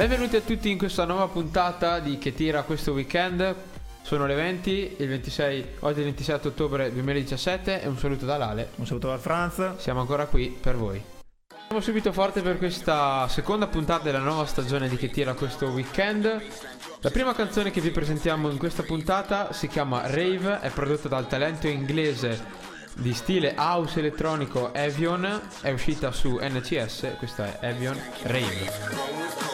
Benvenuti a tutti in questa nuova puntata di Che tira questo weekend. Sono le 20, oggi è il 27 ottobre 2017 e un saluto da Lale. Un saluto da Franz. Siamo ancora qui per voi. Siamo subito forte per questa seconda puntata della nuova stagione di Che tira questo weekend. La prima canzone che vi presentiamo in questa puntata si chiama Rave, è prodotta dal talento inglese di stile house elettronico Avion, è uscita su NCS, questa è Avion Rave.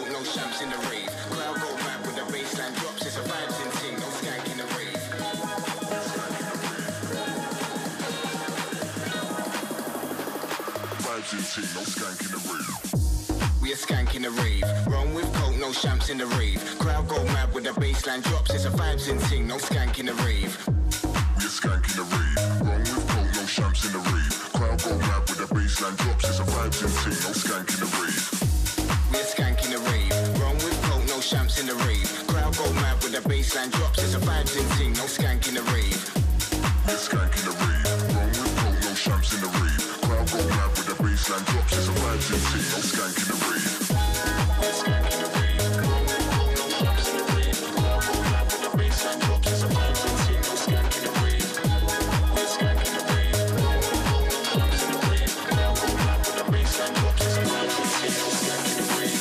No skank in the rave. We a skank in the rave. Run with coke, no champs in the rave. Crowd go mad with the bassline drops. It's a vibes in ting, no skank in the rave. We a skank in the rave. Run with coke, no champs in the rave. Crowd go mad with the bassline drops. It's a vibes in ting, no skank in the rave. We a skank in the rave. Run with coke, no champs in the rave. Crowd go mad with the bassline drops. It's a vibes in ting, no skank in the rave. We a skank in the rave. Run with coke, no champs in the rave. Crowd go mad with the bassline drops. It's a vibes in ting, no skank in the rave. We a skank in the rave. Run with coke, no champs in the rave. Crowd go mad with the bassline drops. It's a vibes in ting, no skank in the rave. We a skank in the rave. Run with coke, no champs in the rave. Crowd go mad with the bassline drops. It's a vibes in ting, no skank in the rave.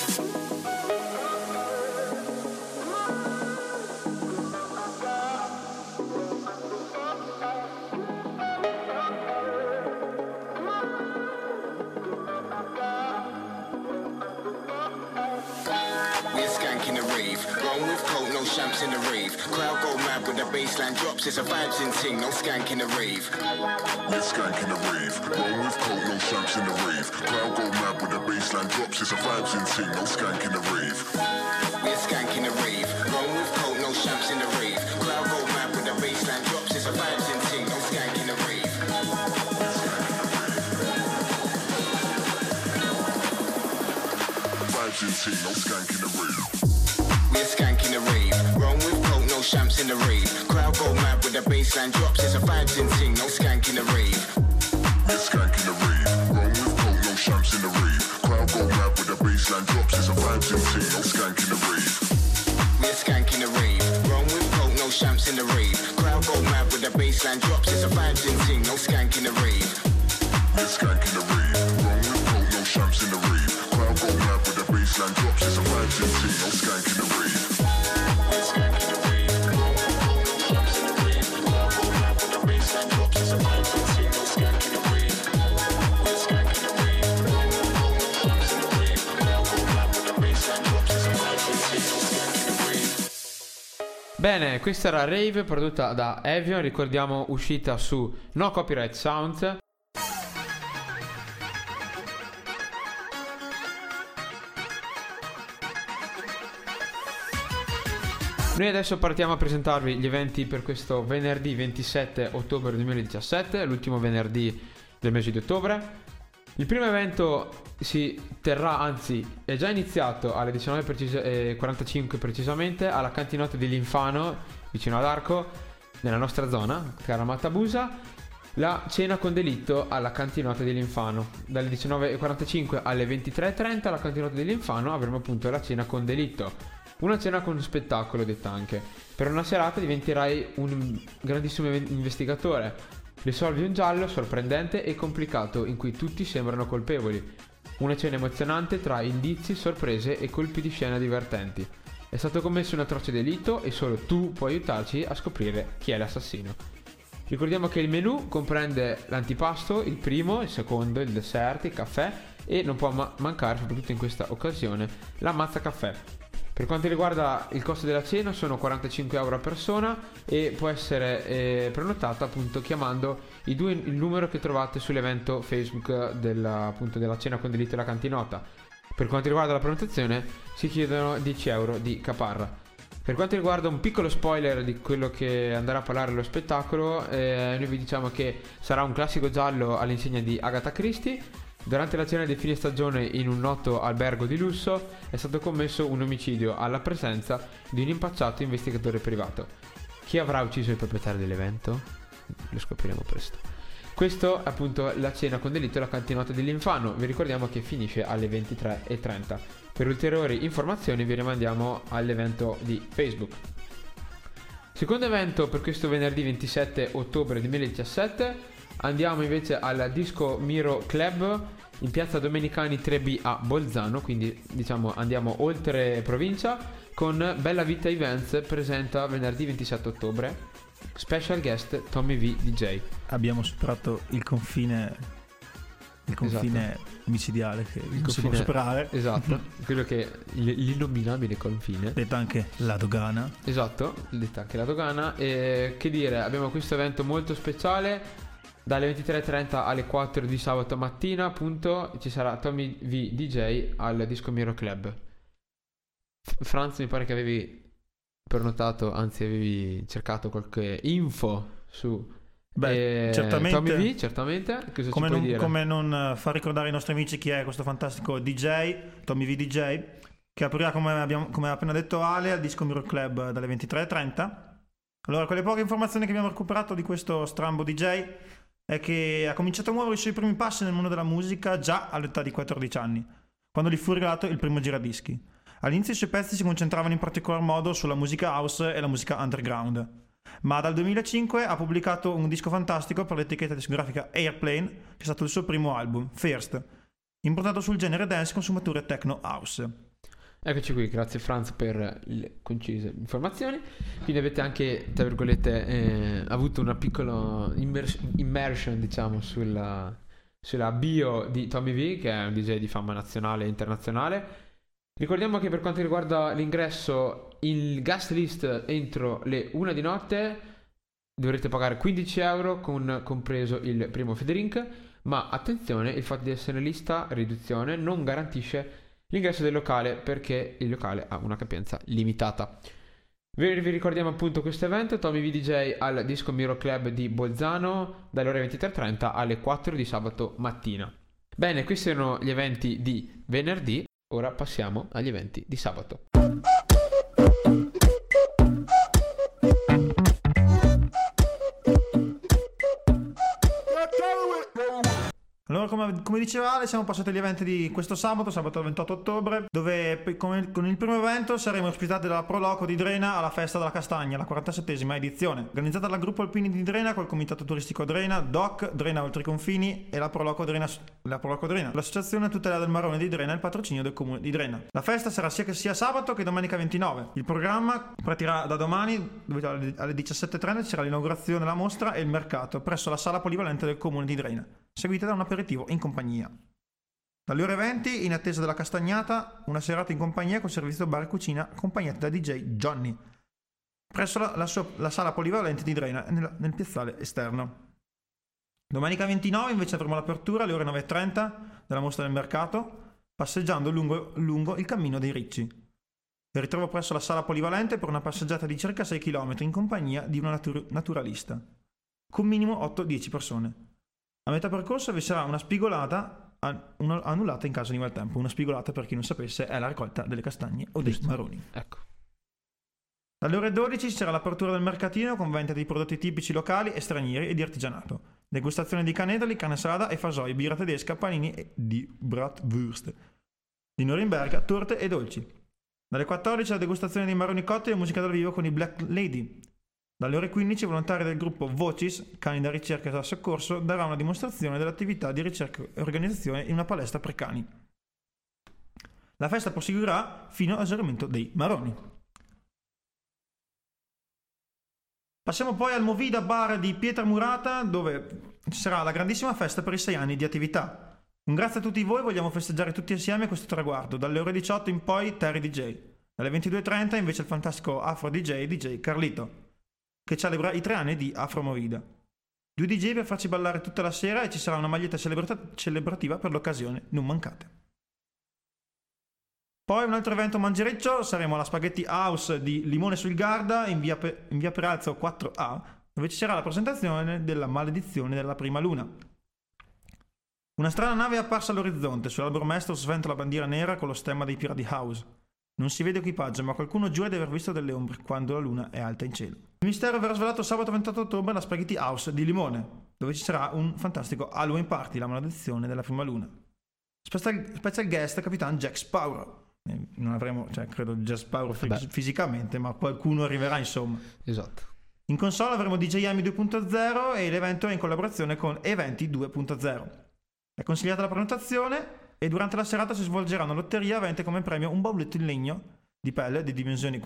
Champs in the rave, crowd go mad with the bassline drops. It's a vibes in ting, no skank in the rave. We're skank in the rave, roll with coke, no champs in the rave. Crowd go mad with the bassline drops. It's a vibes in ting, no skank in the rave. We're skank in the rave, roll with coke, no champs in the rave. Crowd go mad with the bassline drops. It's a vibes in ting, no skank in the rave. Vibes in ting, no skank in the rave. We're skank in the rave. Run with coke, no champs in the rave. Crowd go mad with the bassline drops. It's a vibes in ting, no skank in the rave. We're skank in the rave. Run with coke, no champs in the rave. Crowd go mad with the bassline drops. It's a vibes in ting, no skank in the rave. We're skank in the rave. Run with coke, no champs in the rave. Crowd go mad with the bassline drops. It's a vibes in ting, no skank in the rave. We're skank in the rave. Run with coke, no champs in the rave. Crowd go mad with the bassline drops. It's a vibes in ting, no skank in the rave. Bene, questa era Rave prodotta da Avion, ricordiamo uscita su No Copyright Sounds. Noi adesso partiamo a presentarvi gli eventi per questo venerdì 27 ottobre 2017, l'ultimo venerdì del mese di ottobre. Il primo evento si terrà, anzi è già iniziato alle 19:45 precisamente, alla cantinota di Linfano, vicino ad Arco, nella nostra zona, cara Matabusa, la cena con delitto alla cantinota di Linfano. Dalle 19:45 alle 23:30 alla cantinota di Linfano avremo appunto la cena con delitto. Una cena con spettacolo, detta anche. Per una serata diventerai un grandissimo investigatore. Risolvi un giallo sorprendente e complicato in cui tutti sembrano colpevoli. Una cena emozionante tra indizi, sorprese e colpi di scena divertenti. È stato commesso un atroce delitto e solo tu puoi aiutarci a scoprire chi è l'assassino. Ricordiamo che il menù comprende l'antipasto, il primo, il secondo, il dessert, il caffè e non può mancare, soprattutto in questa occasione, la mazza caffè. Per quanto riguarda il costo della cena sono 45 euro a persona e può essere prenotata appunto chiamando il numero che trovate sull'evento Facebook della cena con delitto e la cantinota. Per quanto riguarda la prenotazione si chiedono 10 euro di caparra. Per quanto riguarda un piccolo spoiler di quello che andrà a parlare lo spettacolo, noi vi diciamo che sarà un classico giallo all'insegna di Agatha Christie. Durante la cena di fine stagione in un noto albergo di lusso è stato commesso un omicidio alla presenza di un impacciato investigatore privato. Chi avrà ucciso il proprietario dell'evento? Lo scopriremo presto. Questo è appunto la cena con delitto e la cantinota di Linfano. Vi ricordiamo che finisce alle 23:30. Per ulteriori informazioni vi rimandiamo all'evento di Facebook. Secondo evento per questo venerdì 27 ottobre 2017, andiamo invece al Disco Miro Club in piazza Domenicani 3B a Bolzano, quindi diciamo andiamo oltre provincia, con Bella Vita Events presenta venerdì 27 ottobre, special guest Tommy V DJ. Abbiamo superato il confine micidiale che non si può superare. Esatto, quello che l'innominabile confine. Detta anche la dogana. Esatto, detta anche la dogana. E che dire, abbiamo questo evento molto speciale. Dalle 23:30 alle 4 di sabato mattina, appunto, ci sarà Tommy V DJ al Disco Miro Club. Franz, mi pare che avevi prenotato, anzi avevi cercato qualche info su... certamente. Tommy V, certamente. Cosa ci puoi dire? Come non far ricordare ai nostri amici chi è questo fantastico DJ, Tommy V DJ, che aprirà, come ha appena detto Ale, al Disco Miro Club dalle 23:30. Allora, quelle poche informazioni che abbiamo recuperato di questo strambo DJ è che ha cominciato a muovere i suoi primi passi nel mondo della musica già all'età di 14 anni, quando gli fu regalato il primo giradischi. All'inizio i suoi pezzi si concentravano in particolar modo sulla musica house e la musica underground, ma dal 2005 ha pubblicato un disco fantastico per l'etichetta discografica Airplane, che è stato il suo primo album, First, improntato sul genere dance consumatore techno house. Eccoci qui, grazie Franz per le concise informazioni. Quindi avete anche, tra virgolette, avuto una piccola immersion, diciamo, sulla bio di Tommy V, che è un DJ di fama nazionale e internazionale. Ricordiamo che per quanto riguarda l'ingresso, il guest list entro le 1 di notte dovrete pagare 15 euro, compreso il primo Federink, ma attenzione, il fatto di essere lista riduzione non garantisce l'ingresso del locale, perché il locale ha una capienza limitata. Vi ricordiamo appunto questo evento, Tommy V DJ al Disco Miro Club di Bolzano dalle ore 23:30 alle 4 di sabato mattina. Bene, questi erano gli eventi di venerdì. Ora passiamo agli eventi di sabato. Allora, come diceva Ale, siamo passati agli eventi di questo sabato 28 ottobre, dove con il primo evento saremo ospitati dalla Pro Loco di Drena alla Festa della Castagna, la 47esima edizione, organizzata dal gruppo Alpini di Drena col comitato turistico Drena, DOC, Drena Oltre i Confini e la Pro Loco Drena, l'associazione tutela del Marone di Drena e il patrocinio del comune di Drena. La festa sarà sia sabato che domenica 29. Il programma partirà da domani, dove alle 17:30 ci sarà l'inaugurazione della mostra e il mercato presso la sala polivalente del comune di Drena, seguita da un aperitivo in compagnia. Dalle ore 20, in attesa della castagnata, una serata in compagnia con servizio bar e cucina accompagnati da DJ Johnny presso la sala polivalente di Drena nel piazzale esterno. Domenica 29 invece avremo l'apertura alle ore 9:30 della mostra del mercato, passeggiando lungo il cammino dei Ricci. Il ritrovo presso la sala polivalente per una passeggiata di circa 6 km in compagnia di una naturalista, con minimo 8-10 persone. A metà percorso vi sarà una spigolata annullata in caso di maltempo. Una spigolata, per chi non sapesse, è la raccolta delle castagne o dei maroni. Ecco. Dalle ore 12 ci sarà l'apertura del mercatino con vendita di prodotti tipici locali e stranieri e di artigianato. Degustazione di canedoli, carne salata e fasoi, birra tedesca, panini e di bratwurst, di Norimberga, torte e dolci. Dalle 14 la degustazione dei maroni cotti e musica dal vivo con i Black Lady. Dalle ore 15 volontari del gruppo Vocis, cani da ricerca e da soccorso, darà una dimostrazione dell'attività di ricerca e organizzazione in una palestra per cani. La festa proseguirà fino all'esaurimento dei maroni. Passiamo poi al Movida Bar di Pietramurata, dove ci sarà la grandissima festa per i 6 anni di attività. Un grazie a tutti voi, vogliamo festeggiare tutti insieme questo traguardo. Dalle ore 18 in poi Terry DJ. Dalle 22:30 invece il fantastico Afro DJ Carlito, che celebra i 3 anni di Afro Movida. 2 DJ per farci ballare tutta la sera e ci sarà una maglietta celebrativa per l'occasione, non mancate. Poi un altro evento mangereccio, saremo alla Spaghetti House di Limone sul Garda in via Peralzo 4A, dove ci sarà la presentazione della maledizione della prima luna. Una strana nave è apparsa all'orizzonte, sull'albero maestro sventola la bandiera nera con lo stemma dei Pirati House. Non si vede equipaggio, ma qualcuno giura di aver visto delle ombre quando la luna è alta in cielo. Il mistero verrà svelato sabato 28 ottobre alla Spaghetti House di Limone, dove ci sarà un fantastico Halloween Party, la maledizione della prima luna. Special guest Capitan Jack Sparrow. Non avremo, cioè credo Jazz Power Vabbè. fisicamente, ma qualcuno arriverà, insomma. Esatto. In console avremo DJ Emi 2.0 e l'evento è in collaborazione con Eventi 2.0. È consigliata la prenotazione e durante la serata si svolgerà una lotteria avente come premio un bauletto in legno di pelle di dimensioni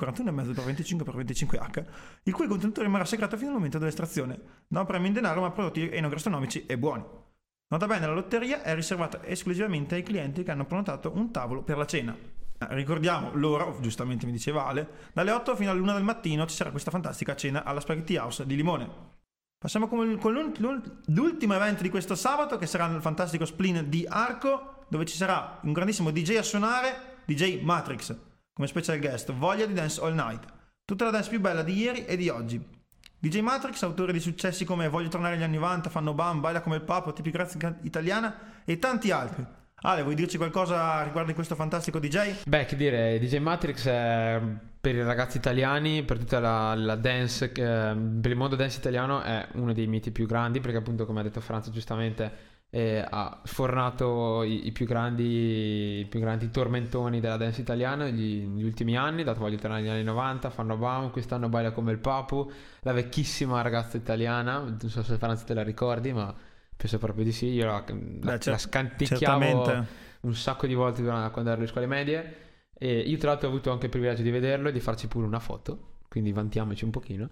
41,5x25h, il cui contenuto rimarrà segreto fino al momento dell'estrazione. Da un premio in denaro ma prodotti enogastronomici e buoni. Nota bene, la lotteria è riservata esclusivamente ai clienti che hanno prenotato un tavolo per la cena. Ricordiamo l'ora, giustamente mi diceva Ale, dalle 8 fino all'1 del mattino ci sarà questa fantastica cena alla Spaghetti House di Limone. Passiamo con l'ultimo evento di questo sabato, che sarà il fantastico Splin di Arco, dove ci sarà un grandissimo DJ a suonare, DJ Matrix, come special guest, voglia di dance all night. Tutta la dance più bella di ieri e di oggi. DJ Matrix, autore di successi come Voglio tornare agli anni 90, Fanno Bam, Baila come il Papo, Tipi Grazia Italiana e tanti altri. Ale, vuoi dirci qualcosa riguardo questo fantastico DJ? Beh, che dire, DJ Matrix è, per i ragazzi italiani, per tutta la dance, per il mondo dance italiano è uno dei miti più grandi, perché appunto, come ha detto Franz giustamente, ha sfornato i più grandi tormentoni della dance italiana negli ultimi anni, dato Voglio tornare agli anni 90, Fanno Bam, quest'anno Baila come il Papu, la vecchissima ragazza italiana, non so se Franz te la ricordi, ma penso proprio di sì. Io la scanticchiavo un sacco di volte quando ero alle scuole medie, e io tra l'altro ho avuto anche il privilegio di vederlo e di farci pure una foto, quindi vantiamoci un pochino.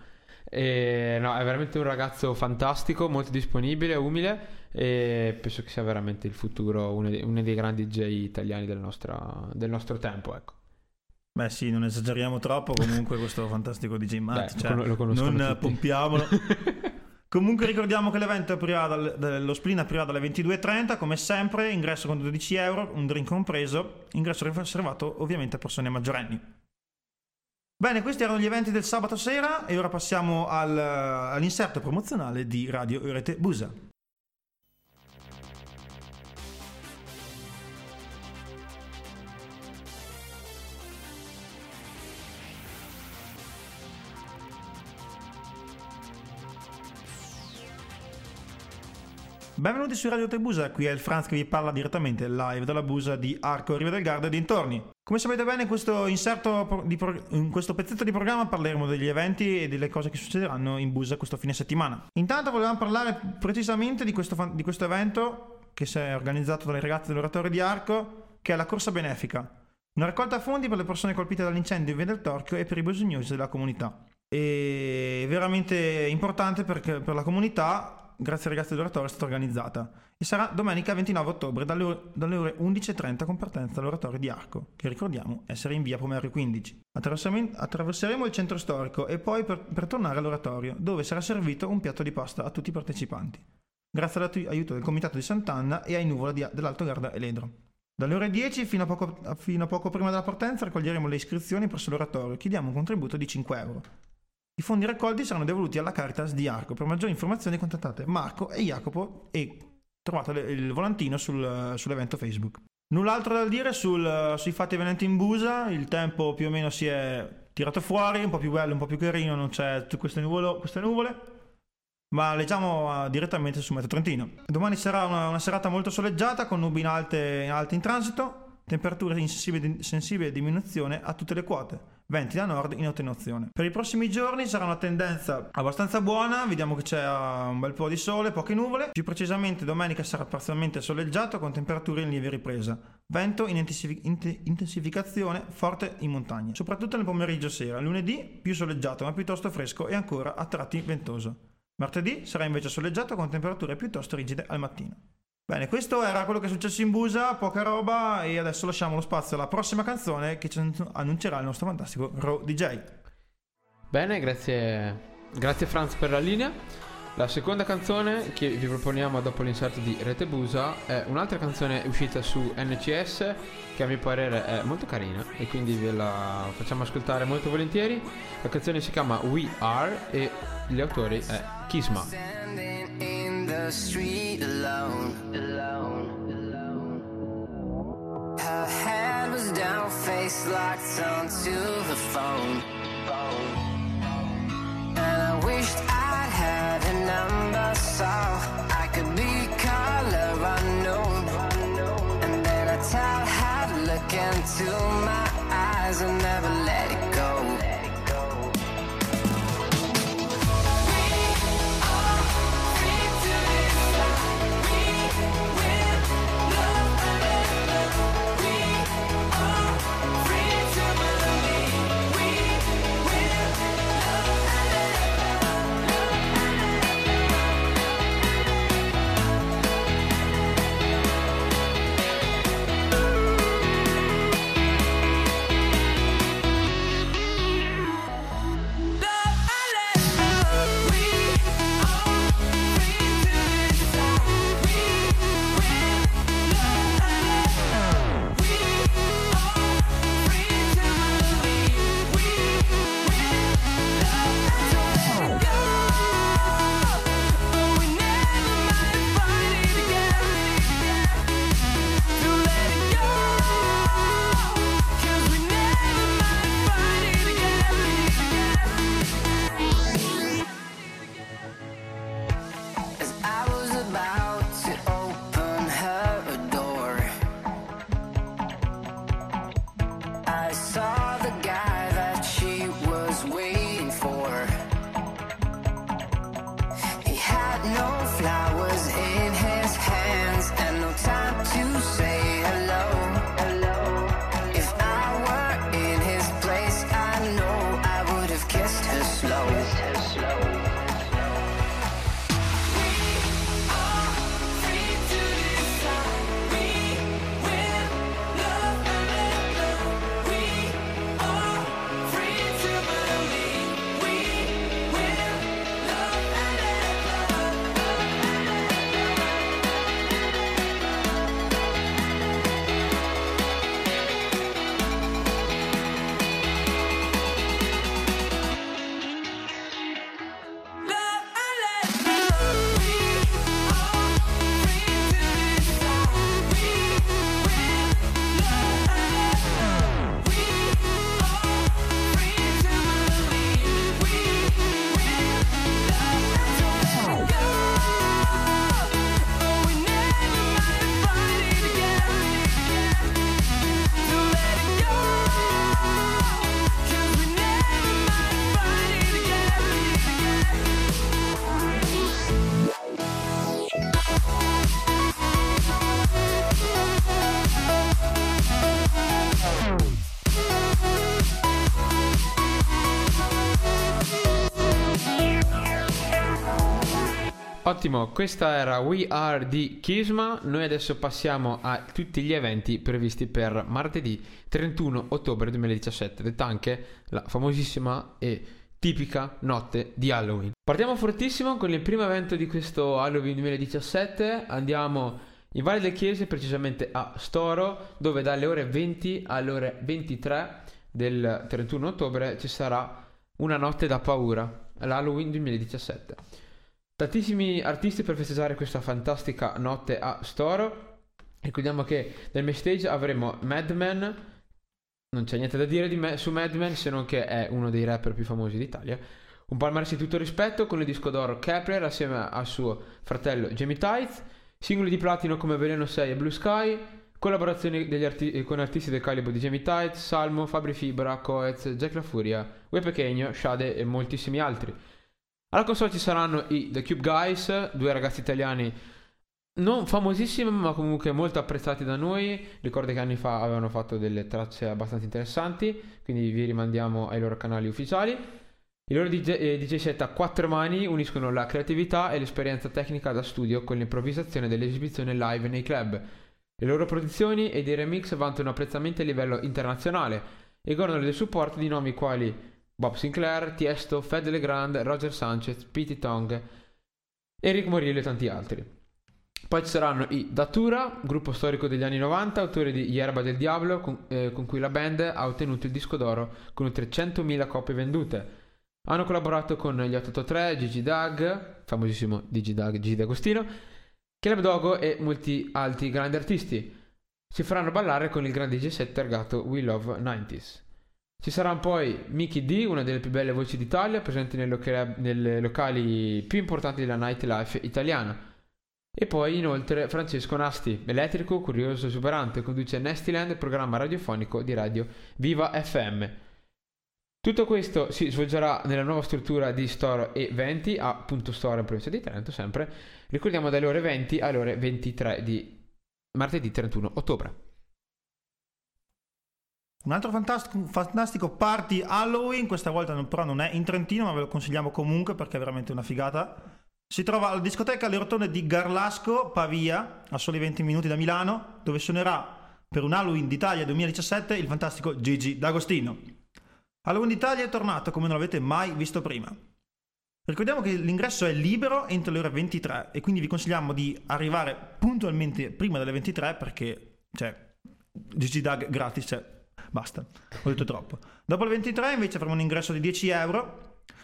E, no, è veramente un ragazzo fantastico, molto disponibile, umile, e penso che sia veramente il futuro, uno dei grandi DJ italiani del nostro tempo, ecco. Beh sì, non esageriamo troppo, comunque questo fantastico DJ Matt, cioè, lo conoscono non tutti. pompiamolo. Comunque ricordiamo che l'evento aprirà lo Splin aprirà dalle 22:30, come sempre, ingresso con 12 euro, un drink compreso, ingresso riservato ovviamente a persone maggiorenni. Bene, questi erano gli eventi del sabato sera e ora passiamo all'inserto promozionale di Radio Rete Busa. Benvenuti su Radio Tebusa, qui è il Franz che vi parla direttamente live dalla Busa di Arco, Riva del Garda e dintorni. Come sapete bene, in questo pezzetto di programma parleremo degli eventi e delle cose che succederanno in Busa questo fine settimana. Intanto volevamo parlare precisamente di questo evento che si è organizzato dalle ragazze dell'Oratorio di Arco, che è la Corsa Benefica, una raccolta fondi per le persone colpite dall'incendio in Via del Torchio e per i bisognosi della comunità. È veramente importante perché per la comunità, grazie ai ragazzi dell'oratorio, è stata organizzata e sarà domenica 29 ottobre dalle ore 11:30 con partenza all'oratorio di Arco, che ricordiamo essere in via Pomerio 15. Attraverseremo il centro storico e poi per tornare all'oratorio, dove sarà servito un piatto di pasta a tutti i partecipanti, grazie all'aiuto del comitato di Sant'Anna e ai Nuvola dell'Alto Garda e Ledro. Dalle ore 10 fino a poco prima della partenza raccoglieremo le iscrizioni presso l'oratorio e chiediamo un contributo di 5 euro. I fondi raccolti saranno devoluti alla Caritas di Arco. Per maggiori informazioni contattate Marco e Jacopo e trovate il volantino sull'evento Facebook. Null'altro da dire sui fatti avvenuti in Busa. Il tempo più o meno si è tirato fuori, un po' più bello, un po' più carino, non c'è tutte queste nuvole, ma leggiamo direttamente su Meteo Trentino. Domani sarà una serata molto soleggiata con nubi alte in transito, temperature in sensibile diminuzione a tutte le quote. Venti da nord in attenuazione. Per i prossimi giorni sarà una tendenza abbastanza buona, vediamo che c'è un bel po' di sole, poche nuvole. Più precisamente domenica sarà parzialmente soleggiato con temperature in lieve ripresa. Vento in intensificazione forte in montagna, soprattutto nel pomeriggio sera. Lunedì più soleggiato ma piuttosto fresco e ancora a tratti ventoso. Martedì sarà invece soleggiato con temperature piuttosto rigide al mattino. Bene, questo era quello che è successo in Busa, poca roba, e adesso lasciamo lo spazio alla prossima canzone che ci annuncerà il nostro fantastico Raw DJ. Bene, grazie Franz per la linea. La seconda canzone che vi proponiamo dopo l'inserto di Rete Busa è un'altra canzone uscita su NCS che a mio parere è molto carina e quindi ve la facciamo ascoltare molto volentieri. La canzone si chiama We Are e gli autori è Kisma. The street alone. Her head was down, face locked onto the phone. And I wished I'd had a number so I could be color unknown. And then I tell her to look look into my eyes and never let it go. Ottimo, questa era We Are di Kisma. Noi adesso passiamo a tutti gli eventi previsti per martedì 31 ottobre 2017, detta anche la famosissima e tipica notte di Halloween. Partiamo fortissimo con il primo evento di questo Halloween 2017. Andiamo in Valle del Chiese, precisamente a Storo, dove dalle ore 20 alle ore 23 del 31 ottobre ci sarà una notte da paura, l'Halloween 2017. Tantissimi artisti per festeggiare questa fantastica notte a Storo. Ricordiamo che nel main stage avremo Madman. Non c'è niente da dire su Madman, se non che è uno dei rapper più famosi d'Italia. Un palmarès di tutto rispetto, con il disco d'oro Kepler assieme al suo fratello Jamie Tights, singoli di platino come Veleno 6 e Blue Sky, collaborazioni con artisti del calibro di Jamie Tights, Salmo, Fabri Fibra, Coez, Jack La Furia, Ue Pequeño, Shade e moltissimi altri. Alla console ci saranno i The Cube Guys, due ragazzi italiani non famosissimi ma comunque molto apprezzati da noi. Ricordo che anni fa avevano fatto delle tracce abbastanza interessanti, quindi vi rimandiamo ai loro canali ufficiali. I loro DJ set a quattro mani uniscono la creatività e l'esperienza tecnica da studio con l'improvvisazione dell'esibizione live nei club. Le loro produzioni ed i remix vantano apprezzamenti a livello internazionale e godono del supporto di nomi quali Bob Sinclair, Tiesto, Fed Legrand, Roger Sanchez, Pete Tong, Eric Morillo e tanti altri. Poi ci saranno i Datura, gruppo storico degli anni 90, autori di Yerba del Diablo, con cui la band ha ottenuto il disco d'oro con oltre 100.000 copie vendute. Hanno collaborato con gli 883, Gigi Dag, famosissimo Gigi Dag, Gigi D'Agostino, Caleb Dogo e molti altri grandi artisti. Si faranno ballare con il grande DJ set targato We Love 90s. Ci sarà poi Mickey D, una delle più belle voci d'Italia, presente nelle locali più importanti della nightlife italiana. E poi inoltre Francesco Nasti, elettrico, curioso, esuberante, conduce Nastyland, programma radiofonico di Radio Viva FM. Tutto questo si svolgerà nella nuova struttura di Store Eventi, appunto Store in provincia di Trento sempre, ricordiamo dalle ore 20 alle ore 23 di martedì 31 ottobre. Un altro fantastico party Halloween, questa volta però non è in Trentino, ma ve lo consigliamo comunque perché è veramente una figata. Si trova alla discoteca alle rotonde di Garlasco, Pavia, a soli 20 minuti da Milano, dove suonerà per un Halloween d'Italia 2017 il fantastico Gigi D'Agostino. Halloween d'Italia è tornato come non l'avete mai visto prima. Ricordiamo che l'ingresso è libero entro le ore 23 e quindi vi consigliamo di arrivare puntualmente prima delle 23 perché Gigi Dag gratis, basta, ho detto troppo. Dopo le 23 invece avremo un ingresso di 10 euro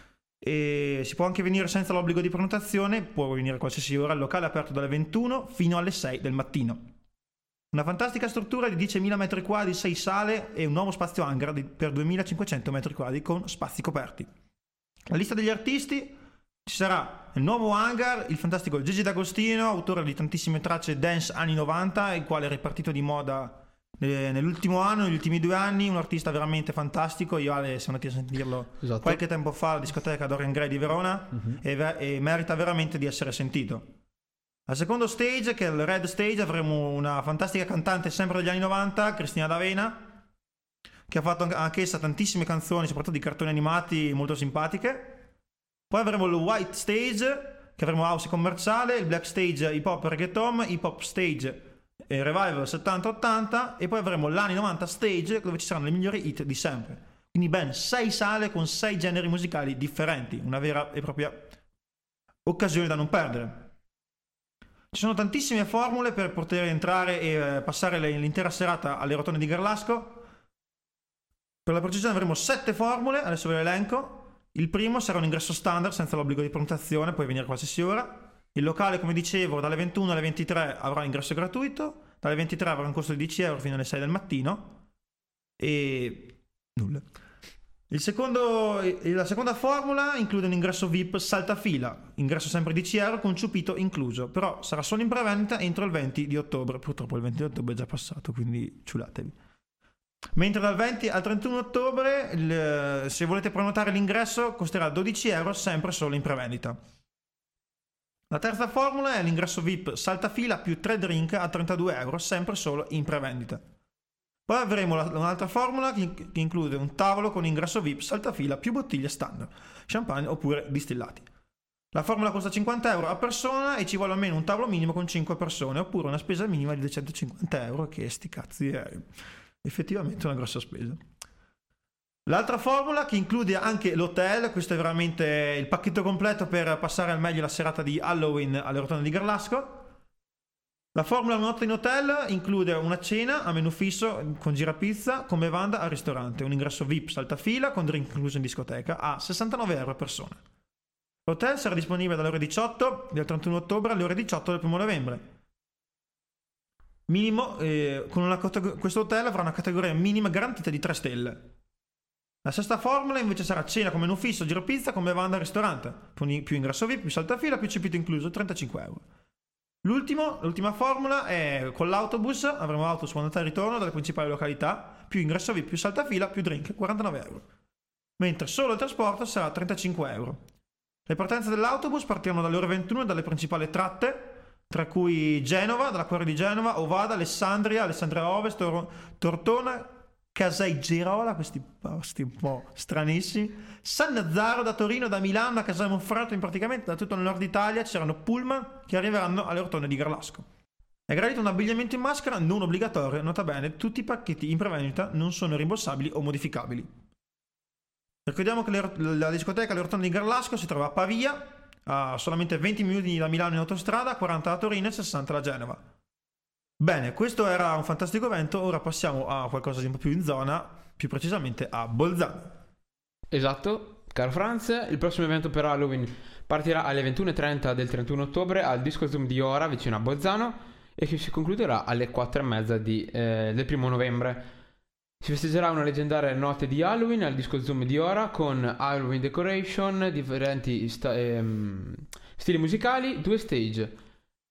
e si può anche venire senza l'obbligo di prenotazione, può venire a qualsiasi ora, il locale è aperto dalle 21 fino alle 6 del mattino. Una fantastica struttura di 10.000 metri quadri, 6 sale e un nuovo spazio hangar per 2.500 metri quadri con spazi coperti. La lista degli artisti: ci sarà il nuovo hangar, il fantastico Gigi D'Agostino, autore di tantissime tracce dance anni 90, il quale è ripartito di moda nell'ultimo anno, negli ultimi 2 anni, un artista veramente fantastico. Io Ale siamo andati a sentirlo qualche tempo fa alla discoteca Dorian Gray di Verona e merita veramente di essere sentito. Al secondo stage, che è il Red Stage, avremo una fantastica cantante sempre degli anni 90, Cristina D'Avena, che ha fatto anch'essa tantissime canzoni, soprattutto di cartoni animati molto simpatiche. Poi avremo il White Stage, che avremo house commerciale, il Black Stage hip hop reggaeton, hip hop stage revival 70-80 e poi avremo l'anni 90 stage dove ci saranno le migliori hit di sempre. Quindi ben 6 sale con 6 generi musicali differenti, una vera e propria occasione da non perdere. Ci sono tantissime formule per poter entrare e passare l'intera serata alle rotonde di Garlasco. Per la precisione avremo 7 formule, adesso ve l'elenco. Il primo sarà un ingresso standard senza l'obbligo di prenotazione, puoi venire qualsiasi ora. Il locale, come dicevo, dalle 21 alle 23 avrà ingresso gratuito, dalle 23 avrà un costo di 10 euro fino alle 6 del mattino e nulla. La seconda formula include un ingresso VIP saltafila, ingresso sempre 10 euro con ciupito incluso, però sarà solo in prevendita entro il 20 di ottobre, purtroppo il 20 di ottobre è già passato, quindi ciulatevi. Mentre dal 20 al 31 ottobre, se volete prenotare l'ingresso, costerà 12 euro sempre solo in prevendita. La terza formula è l'ingresso VIP saltafila più 3 drink a 32 euro, sempre solo in prevendita. Poi avremo un'altra formula che include un tavolo con ingresso VIP saltafila più bottiglie standard, champagne oppure distillati. La formula costa 50 euro a persona e ci vuole almeno un tavolo minimo con 5 persone, oppure una spesa minima di 250 euro, che sti cazzi è effettivamente una grossa spesa. L'altra formula che include anche l'hotel, questo è veramente il pacchetto completo per passare al meglio la serata di Halloween alle rotonde di Garlasco. La formula notte in hotel include una cena a menù fisso con girapizza, con bevanda al ristorante, un ingresso VIP saltafila con drink incluso in discoteca a 69 euro a persona. L'hotel sarà disponibile dalle ore 18 del 31 ottobre alle ore 18 del 1 novembre. Minimo, questo hotel avrà una categoria minima garantita di 3 stelle. La sesta formula invece sarà cena con menù fisso, girapizza con bevanda al ristorante, più ingresso VIP, più saltafila, più ciupito incluso, 35 euro. L'ultima formula è con l'autobus, avremo autobus andata e ritorno dalle principali località, più ingresso VIP, più saltafila, più drink, 49 euro. Mentre solo il trasporto sarà 35 euro. Le partenze dell'autobus partiranno dalle ore 21 dalle principali tratte, tra cui Genova, dalla Cuore di Genova, Ovada, Alessandria Ovest, Tortona, Casei Girola, questi posti un po' stranissimi, Sannazzaro, da Torino, da Milano, da Casale Monferrato, praticamente da tutto il nord Italia ci saranno pullman che arriveranno alle rotonde di Garlasco. È gradito un abbigliamento in maschera non obbligatorio, nota bene, tutti i pacchetti in prevendita non sono rimborsabili o modificabili. Ricordiamo che la discoteca alle rotonde di Garlasco si trova a Pavia, a solamente 20 minuti da Milano in autostrada, 40 da Torino e 60 da Genova. Bene, questo era un fantastico evento, ora passiamo a qualcosa di un po' più in zona, più precisamente a Bolzano. Esatto, caro Franz, il prossimo evento per Halloween partirà alle 21:30 del 31 ottobre al Disco Zoom di Ora, vicino a Bolzano, e che si concluderà alle 4:30 del 1 novembre. Si festeggerà una leggendaria notte di Halloween al Disco Zoom di Ora con Halloween Decoration, differenti stili musicali, 2 stage.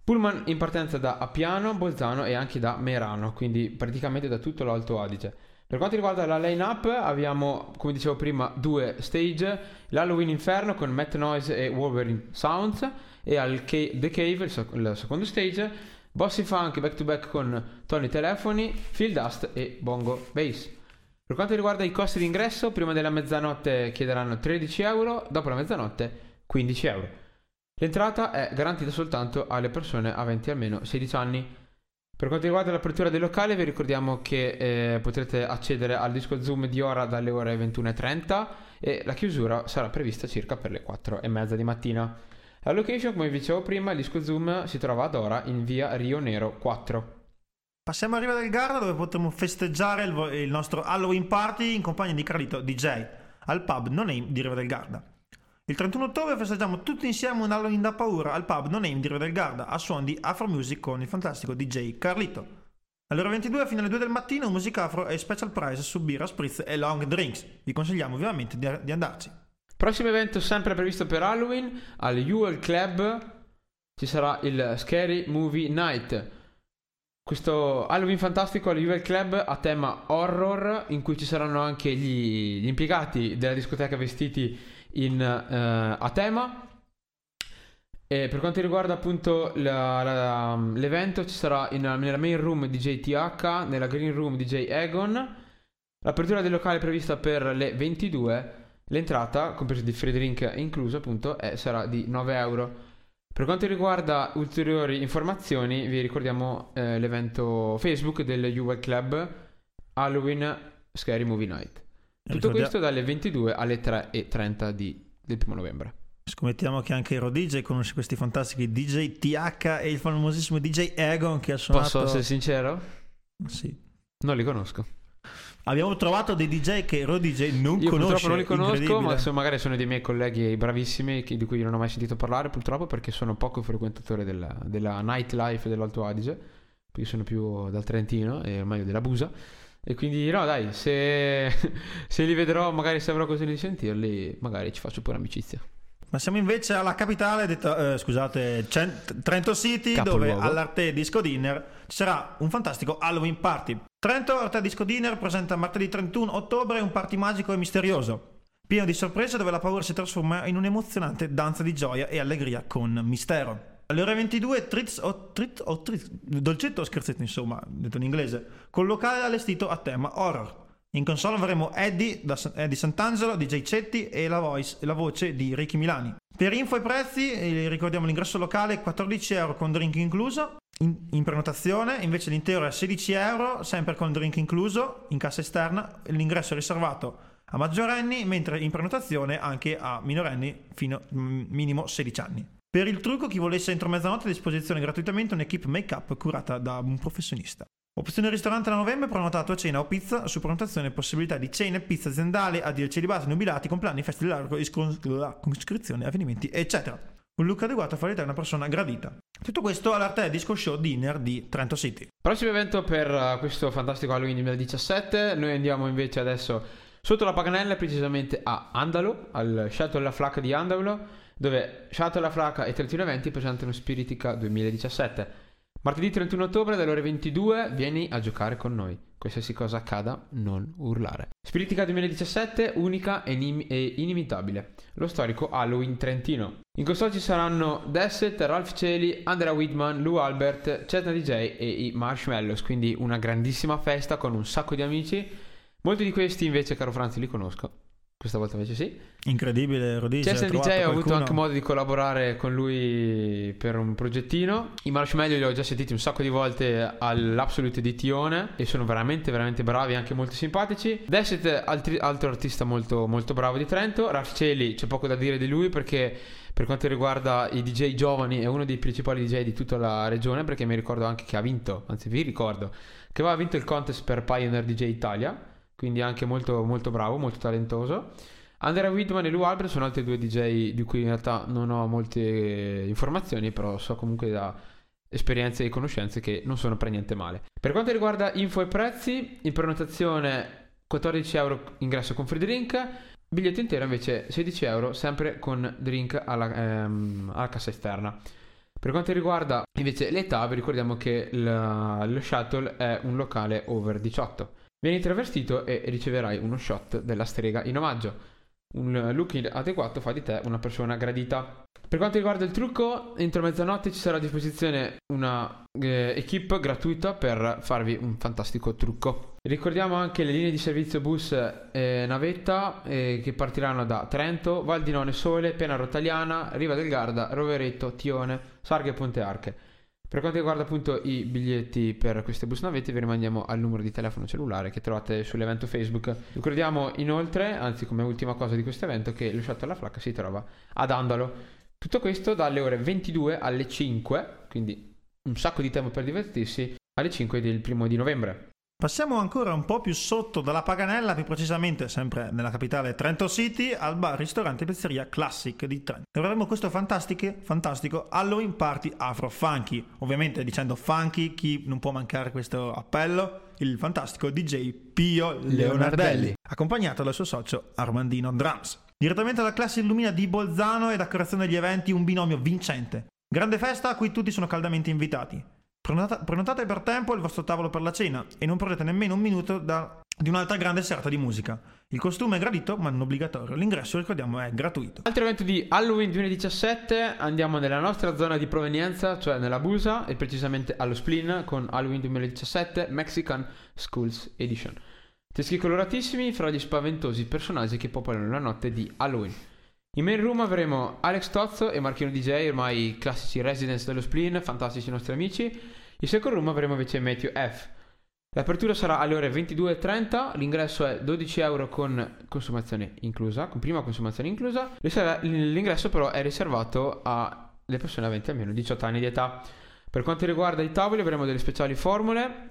Pullman in partenza da Appiano, Bolzano e anche da Merano, quindi praticamente da tutto l'Alto Adige. Per quanto riguarda la line-up abbiamo, come dicevo prima, 2 stage, l'Halloween Inferno con Matt Noise e Wolverine Sounds, e al The Cave, il secondo stage, Bossy Funk back to back con Tony Telefoni, Phil Dust e Bongo Bass. Per quanto riguarda i costi di ingresso, prima della mezzanotte chiederanno 13 euro, dopo la mezzanotte 15 euro. L'entrata è garantita soltanto alle persone aventi almeno 16 anni. Per quanto riguarda l'apertura del locale, vi ricordiamo che potrete accedere al disco Zoom di ora dalle ore 21:30 e la chiusura sarà prevista circa per le 4:30 di mattina. La location, come vi dicevo prima, il disco Zoom si trova ad Ora in via Rio Nero 4. Passiamo a Riva del Garda, dove potremo festeggiare il nostro Halloween Party in compagnia di Carlito DJ al pub No Name di Riva del Garda. Il 31 ottobre festeggiamo tutti insieme un Halloween da paura al pub No Name di Riva del Garda a suon di Afro Music con il fantastico DJ Carlito. Alle ore 22 fino alle 2 del mattino musica afro e special prize su birra, spritz e long drinks. Vi consigliamo vivamente di andarci. Prossimo evento sempre previsto per Halloween, al UL Club ci sarà il Scary Movie Night. Questo Halloween fantastico al UL Club a tema horror, in cui ci saranno anche gli impiegati della discoteca vestiti a tema. E per quanto riguarda appunto l'evento, ci sarà nella main room DJ TH, nella green room DJ Egon. L'apertura del locale è prevista per le 22. L'entrata, compreso di free drink incluso appunto, sarà di 9 euro. Per quanto riguarda ulteriori informazioni, vi ricordiamo l'evento Facebook del UL Club Halloween Scary Movie Night. Tutto questo dalle 22 alle 3:30 del 1 novembre. Scommettiamo che anche Ro DJ conosce questi fantastici DJ TH e il famosissimo DJ Egon che ha suonato... Posso essere sincero? Sì. Non li conosco. Abbiamo trovato dei DJ che Ro DJ non Io conosce. Purtroppo non li conosco, ma magari sono dei miei colleghi bravissimi di cui non ho mai sentito parlare, purtroppo, perché sono poco frequentatore della nightlife dell'Alto Adige, perché sono più dal Trentino e ormai della Busa. E quindi no dai, se li vedrò, magari se avrò occasione di sentirli, magari ci faccio pure amicizia. Ma siamo invece alla capitale, Trento City, Capoluogo. dove all'Arte Disco Dinner ci sarà un fantastico Halloween Party. Trento Arte Disco Dinner presenta martedì 31 ottobre un party magico e misterioso, pieno di sorprese, dove la paura si trasforma in un'emozionante danza di gioia e allegria con mistero. Alle ore 22 dolcetto o scherzetto, insomma, detto in inglese, con locale allestito a tema horror. In console avremo Eddie Sant'Angelo, DJ Cetti e la voce di Ricky Milani. Per info e prezzi ricordiamo l'ingresso locale 14 euro con drink incluso in prenotazione, invece l'intero è 16 euro sempre con drink incluso in cassa esterna. L'ingresso è riservato a maggiorenni, mentre in prenotazione anche a minorenni fino minimo 16 anni. Per il trucco, chi volesse entro mezzanotte a disposizione gratuitamente un'equipe make-up curata da un professionista. Opzione ristorante da novembre, prenotato a cena o pizza, su prenotazione possibilità di cene, pizza aziendale, addio ai celibati, nubilati, compleanni, feste di largo, con iscrizione, avvenimenti, eccetera. Un look adeguato a fare di te una persona gradita. Tutto questo all'Arte Disco Show Dinner di Trento City. Prossimo evento per questo fantastico Halloween 2017, noi andiamo invece adesso sotto la Paganella, precisamente a Andalo, al Chateau La Flaca di Andalo, dove Chateau La Flaca e Trentino Eventi presentano Spiritica 2017. Martedì 31 ottobre dalle ore 22 vieni a giocare con noi. Qualsiasi cosa accada, non urlare. Spiritica 2017, unica e inimitabile. Lo storico Halloween trentino. In console ci saranno Desset, Ralph Celi, Andrea Whitman, Lou Albert, Cetna DJ e i Marshmallows. Quindi una grandissima festa con un sacco di amici. Molti di questi invece, caro Franzi, li conosco. Questa volta invece sì. Incredibile, Rodice. Cesna DJ ho avuto anche modo di collaborare con lui per un progettino. I Marshmallow li ho già sentiti un sacco di volte all'Absolute di Tione e sono veramente veramente bravi, anche molto simpatici. Desset, altro artista molto molto bravo di Trento. Rafceli, c'è poco da dire di lui, perché per quanto riguarda i DJ giovani è uno dei principali DJ di tutta la regione, perché mi ricordo anche che ha vinto, anzi vi ricordo che aveva vinto il contest per Pioneer DJ Italia, quindi anche molto molto bravo, molto talentoso. Andrea Whitman e Lou Albert sono altri due DJ di cui in realtà non ho molte informazioni, però so comunque da esperienze e conoscenze che non sono per niente male. Per quanto riguarda info e prezzi, in prenotazione 14 euro ingresso con free drink, biglietto intero invece 16 euro sempre con drink alla cassa esterna. Per quanto riguarda invece l'età, vi ricordiamo che lo shuttle è un locale over 18. Vieni travestito e riceverai uno shot della strega in omaggio. Un look adeguato fa di te una persona gradita. Per quanto riguarda il trucco, entro mezzanotte ci sarà a disposizione una equipe gratuita per farvi un fantastico trucco. Ricordiamo anche le linee di servizio bus navetta che partiranno da Trento, Val di None Sole, Piana Rotagliana, Riva del Garda, Rovereto, Tione, Sarga e Ponte Arche. Per quanto riguarda appunto i biglietti per queste bus navette, vi rimandiamo al numero di telefono cellulare che trovate sull'evento Facebook. Ricordiamo inoltre, anzi come ultima cosa di questo evento, che lo shuttle alla Flacca si trova ad Andalo. Tutto questo dalle ore 22 alle 5, quindi un sacco di tempo per divertirsi, alle 5 del 1 di novembre. Passiamo ancora un po' più sotto dalla Paganella, più precisamente sempre nella capitale Trento City, al bar ristorante pizzeria Classic di Trento. Dove avremo questo fantastico Halloween Party Afro Funky. Ovviamente dicendo funky, chi non può mancare questo appello? Il fantastico DJ Pio Leonardelli, accompagnato dal suo socio Armandino Drums. Direttamente dalla classe Illumina di Bolzano ed a creazione degli eventi un binomio vincente. Grande festa a cui tutti sono caldamente invitati. Prenotate per tempo il vostro tavolo per la cena e non perdete nemmeno un minuto di un'altra grande serata di musica. Il costume è gradito ma non obbligatorio. L'ingresso, ricordiamo, è gratuito. Altro evento di Halloween 2017, andiamo nella nostra zona di provenienza, cioè nella Busa e precisamente allo Splin con Halloween 2017 Mexican Schools Edition. Teschi coloratissimi fra gli spaventosi personaggi che popolano la notte di Halloween. In main room avremo Alex Tozzo e Marchino DJ, ormai classici residents dello Splin, fantastici nostri amici. In second room avremo invece Matthew F. L'apertura sarà alle ore 22:30, l'ingresso è 12 euro con consumazione inclusa, con prima consumazione inclusa. L'ingresso però è riservato alle persone aventi almeno 18 anni di età. Per quanto riguarda i tavoli avremo delle speciali formule.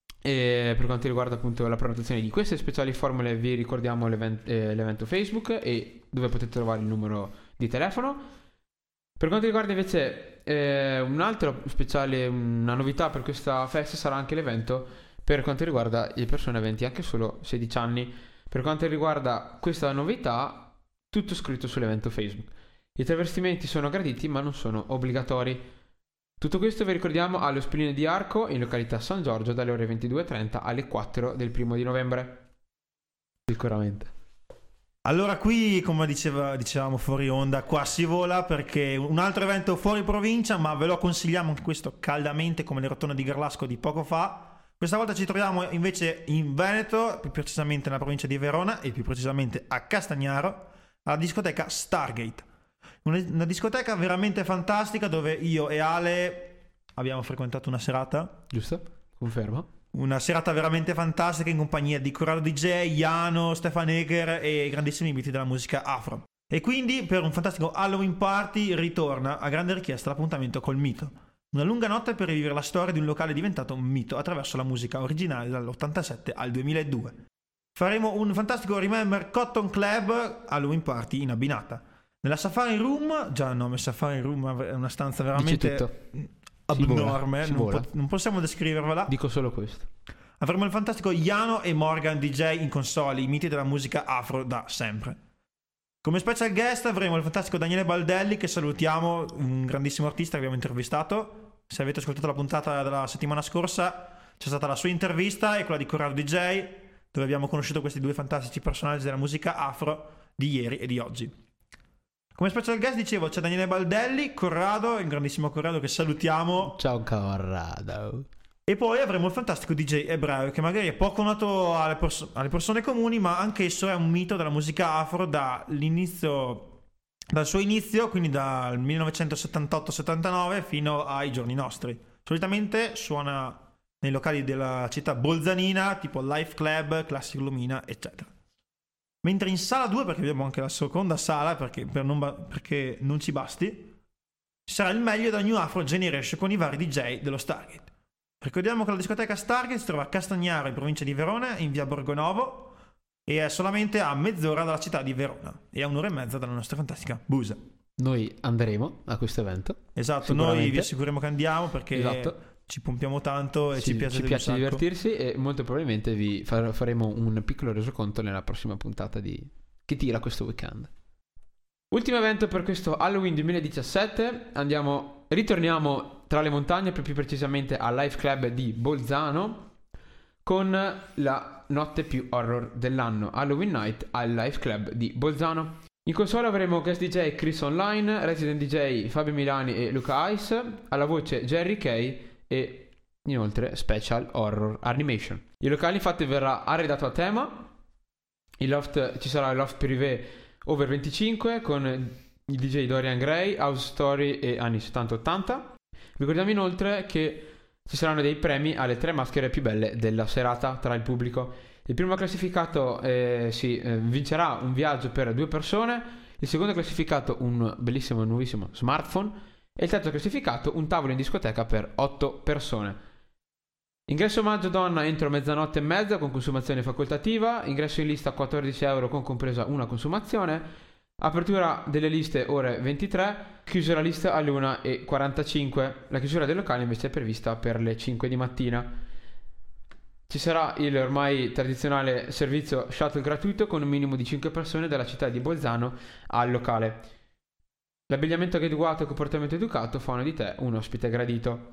E per quanto riguarda appunto la prenotazione di queste speciali formule vi ricordiamo l'evento Facebook e dove potete trovare il numero di telefono. Per quanto riguarda invece un altro speciale, una novità per questa festa sarà anche l'evento per quanto riguarda le persone aventi anche solo 16 anni. Per quanto riguarda questa novità, tutto scritto sull'evento Facebook. I travestimenti sono graditi ma non sono obbligatori. Tutto questo vi ricordiamo allo Splin di Arco in località San Giorgio dalle ore 22:30 alle 4 del 1 di novembre. Sicuramente. Allora qui, come dicevamo fuori onda, qua si vola perché un altro evento fuori provincia, ma ve lo consigliamo anche questo caldamente come le rotonde di Garlasco di poco fa. Questa volta ci troviamo invece in Veneto, più precisamente nella provincia di Verona e più precisamente a Castagnaro, alla discoteca Stargate. Una discoteca veramente fantastica dove io e Ale abbiamo frequentato una serata. Giusto? Confermo. Una serata veramente fantastica in compagnia di Corrado DJ, Jano, Stefan Eger e i grandissimi miti della musica afro. E quindi per un fantastico Halloween Party ritorna a grande richiesta l'appuntamento col mito. Una lunga notte per rivivere la storia di un locale diventato un mito attraverso la musica originale dall'87 al 2002. Faremo un fantastico Remember Cotton Club Halloween Party in abbinata. Nella Safari Room, già il nome Safari Room è una stanza veramente abnorme, non possiamo descrivervela. Dico solo questo. Avremo il fantastico Jano e Morgan DJ in console, i miti della musica afro da sempre. Come special guest avremo il fantastico Daniele Baldelli, che salutiamo, un grandissimo artista che abbiamo intervistato. Se avete ascoltato la puntata della settimana scorsa c'è stata la sua intervista e quella di Corrado DJ, dove abbiamo conosciuto questi due fantastici personaggi della musica afro di ieri e di oggi. Come special guest dicevo c'è Daniele Baldelli, Corrado, il grandissimo Corrado che salutiamo. Ciao Corrado. E poi avremo il fantastico DJ ebreo che magari è poco noto alle persone comuni, ma anch'esso è un mito della musica afro dal suo inizio, quindi dal 1978-79 fino ai giorni nostri. Solitamente suona nei locali della città bolzanina tipo Life Club, Classic Lumina, eccetera. Mentre in sala 2, perché abbiamo anche la seconda sala, perché non ci basti, ci sarà il meglio da New Afro Generation con i vari DJ dello Stargate. Ricordiamo che la discoteca Stargate si trova a Castagnaro in provincia di Verona, in via Borgonovo, e è solamente a mezz'ora dalla città di Verona e a un'ora e mezza dalla nostra fantastica Busa. Noi andremo a questo evento. Esatto, noi vi assicuriamo che andiamo perché ci pompiamo tanto e ci piace divertirsi e molto probabilmente vi faremo un piccolo resoconto nella prossima puntata che tira questo weekend. Ultimo evento per questo Halloween 2017, andiamo ritorniamo tra le montagne, più precisamente al Life Club di Bolzano, con la notte più horror dell'anno, Halloween Night al Life Club di Bolzano. In console avremo guest DJ Chris Online, resident DJ Fabio Milani e Luca Ice, alla voce Jerry Kay e inoltre special horror animation. Il locale infatti verrà arredato a tema. Ci sarà il loft privé over 25 con i DJ Dorian Gray, House Story e anni 70-80. Ricordiamo inoltre che ci saranno dei premi alle 3 maschere più belle della serata tra il pubblico. Il primo classificato vincerà un viaggio per 2 persone, il secondo classificato un bellissimo nuovissimo smartphone e il terzo classificato un tavolo in discoteca per 8 persone. Ingresso omaggio donna entro mezzanotte e mezza con consumazione facoltativa, ingresso in lista 14 euro con compresa una consumazione, apertura delle liste ore 23, chiusa la lista alle 1:45. La chiusura del locale invece è prevista per le 5 di mattina. Ci sarà il ormai tradizionale servizio shuttle gratuito con un minimo di 5 persone dalla città di Bolzano al locale. L'abbigliamento adeguato e il comportamento educato fanno di te un ospite gradito.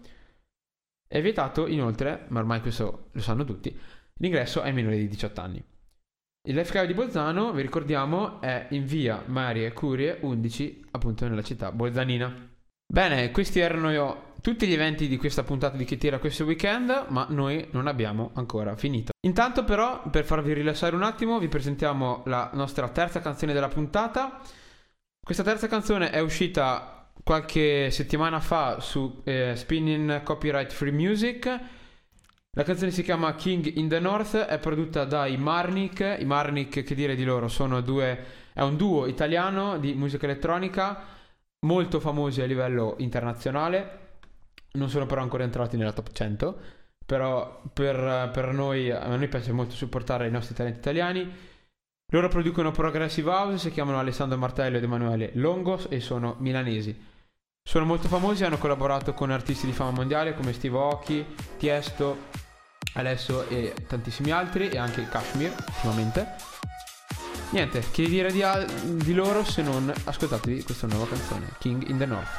È vietato inoltre, ma ormai questo lo sanno tutti, l'ingresso ai minori di 18 anni. Il Life Club di Bolzano, vi ricordiamo, è in via Marie Curie 11, appunto nella città bolzanina. Bene, questi erano tutti gli eventi di questa puntata di Chi Tira questo weekend, ma noi non abbiamo ancora finito. Intanto però, per farvi rilassare un attimo, vi presentiamo la nostra terza canzone della puntata. Questa terza canzone è uscita qualche settimana fa su Spinning Copyright Free Music. La canzone si chiama King in the North, è prodotta dai Marnik. I Marnik, che dire di loro, è un duo italiano di musica elettronica molto famosi a livello internazionale. Non sono però ancora entrati nella top 100, però per noi, a noi piace molto supportare i nostri talenti italiani. Loro producono Progressive House, si chiamano Alessandro Martello ed Emanuele Longos e sono milanesi. Sono molto famosi, hanno collaborato con artisti di fama mondiale come Steve Aoki, Tiesto, Alesso e tantissimi altri, e anche Kashmir ultimamente. Niente, che dire di loro se non ascoltatevi questa nuova canzone, King in the North.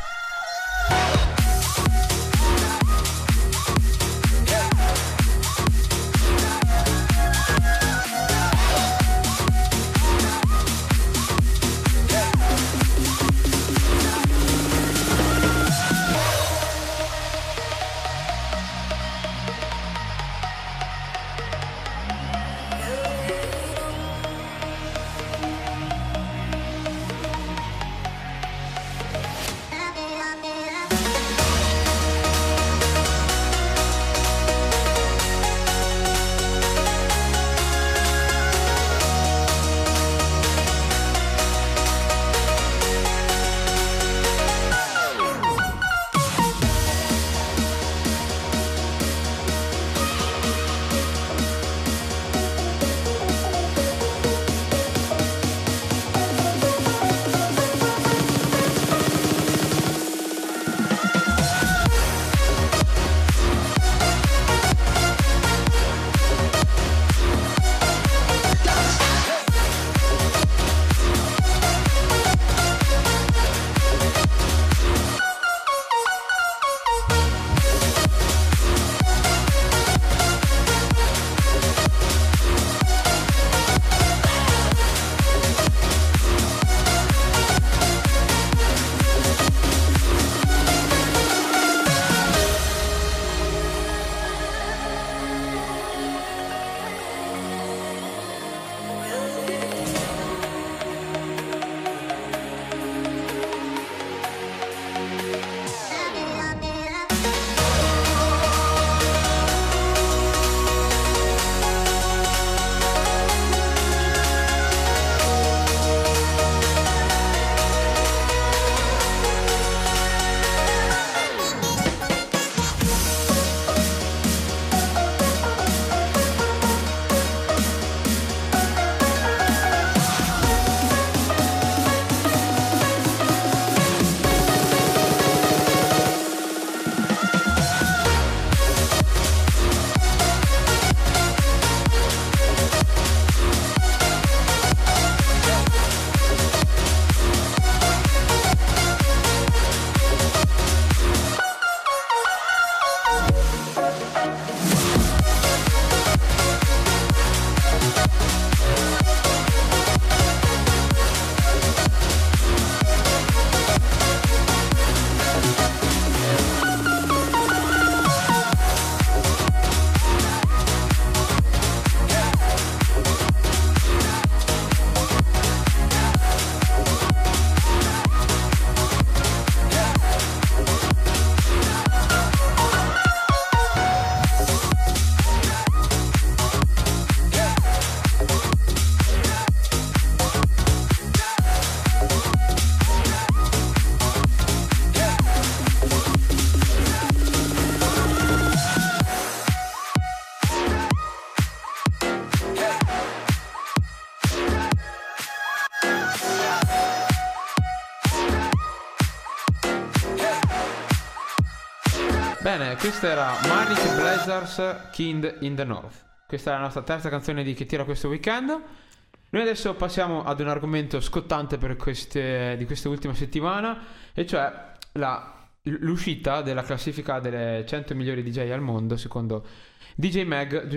Bene, questa era Manic Blazers Kind in the North. Questa è la nostra terza canzone di Che tira questo weekend. Noi adesso passiamo ad un argomento scottante di questa ultima settimana, e cioè l'uscita della classifica delle 100 migliori DJ al mondo secondo DJ Mag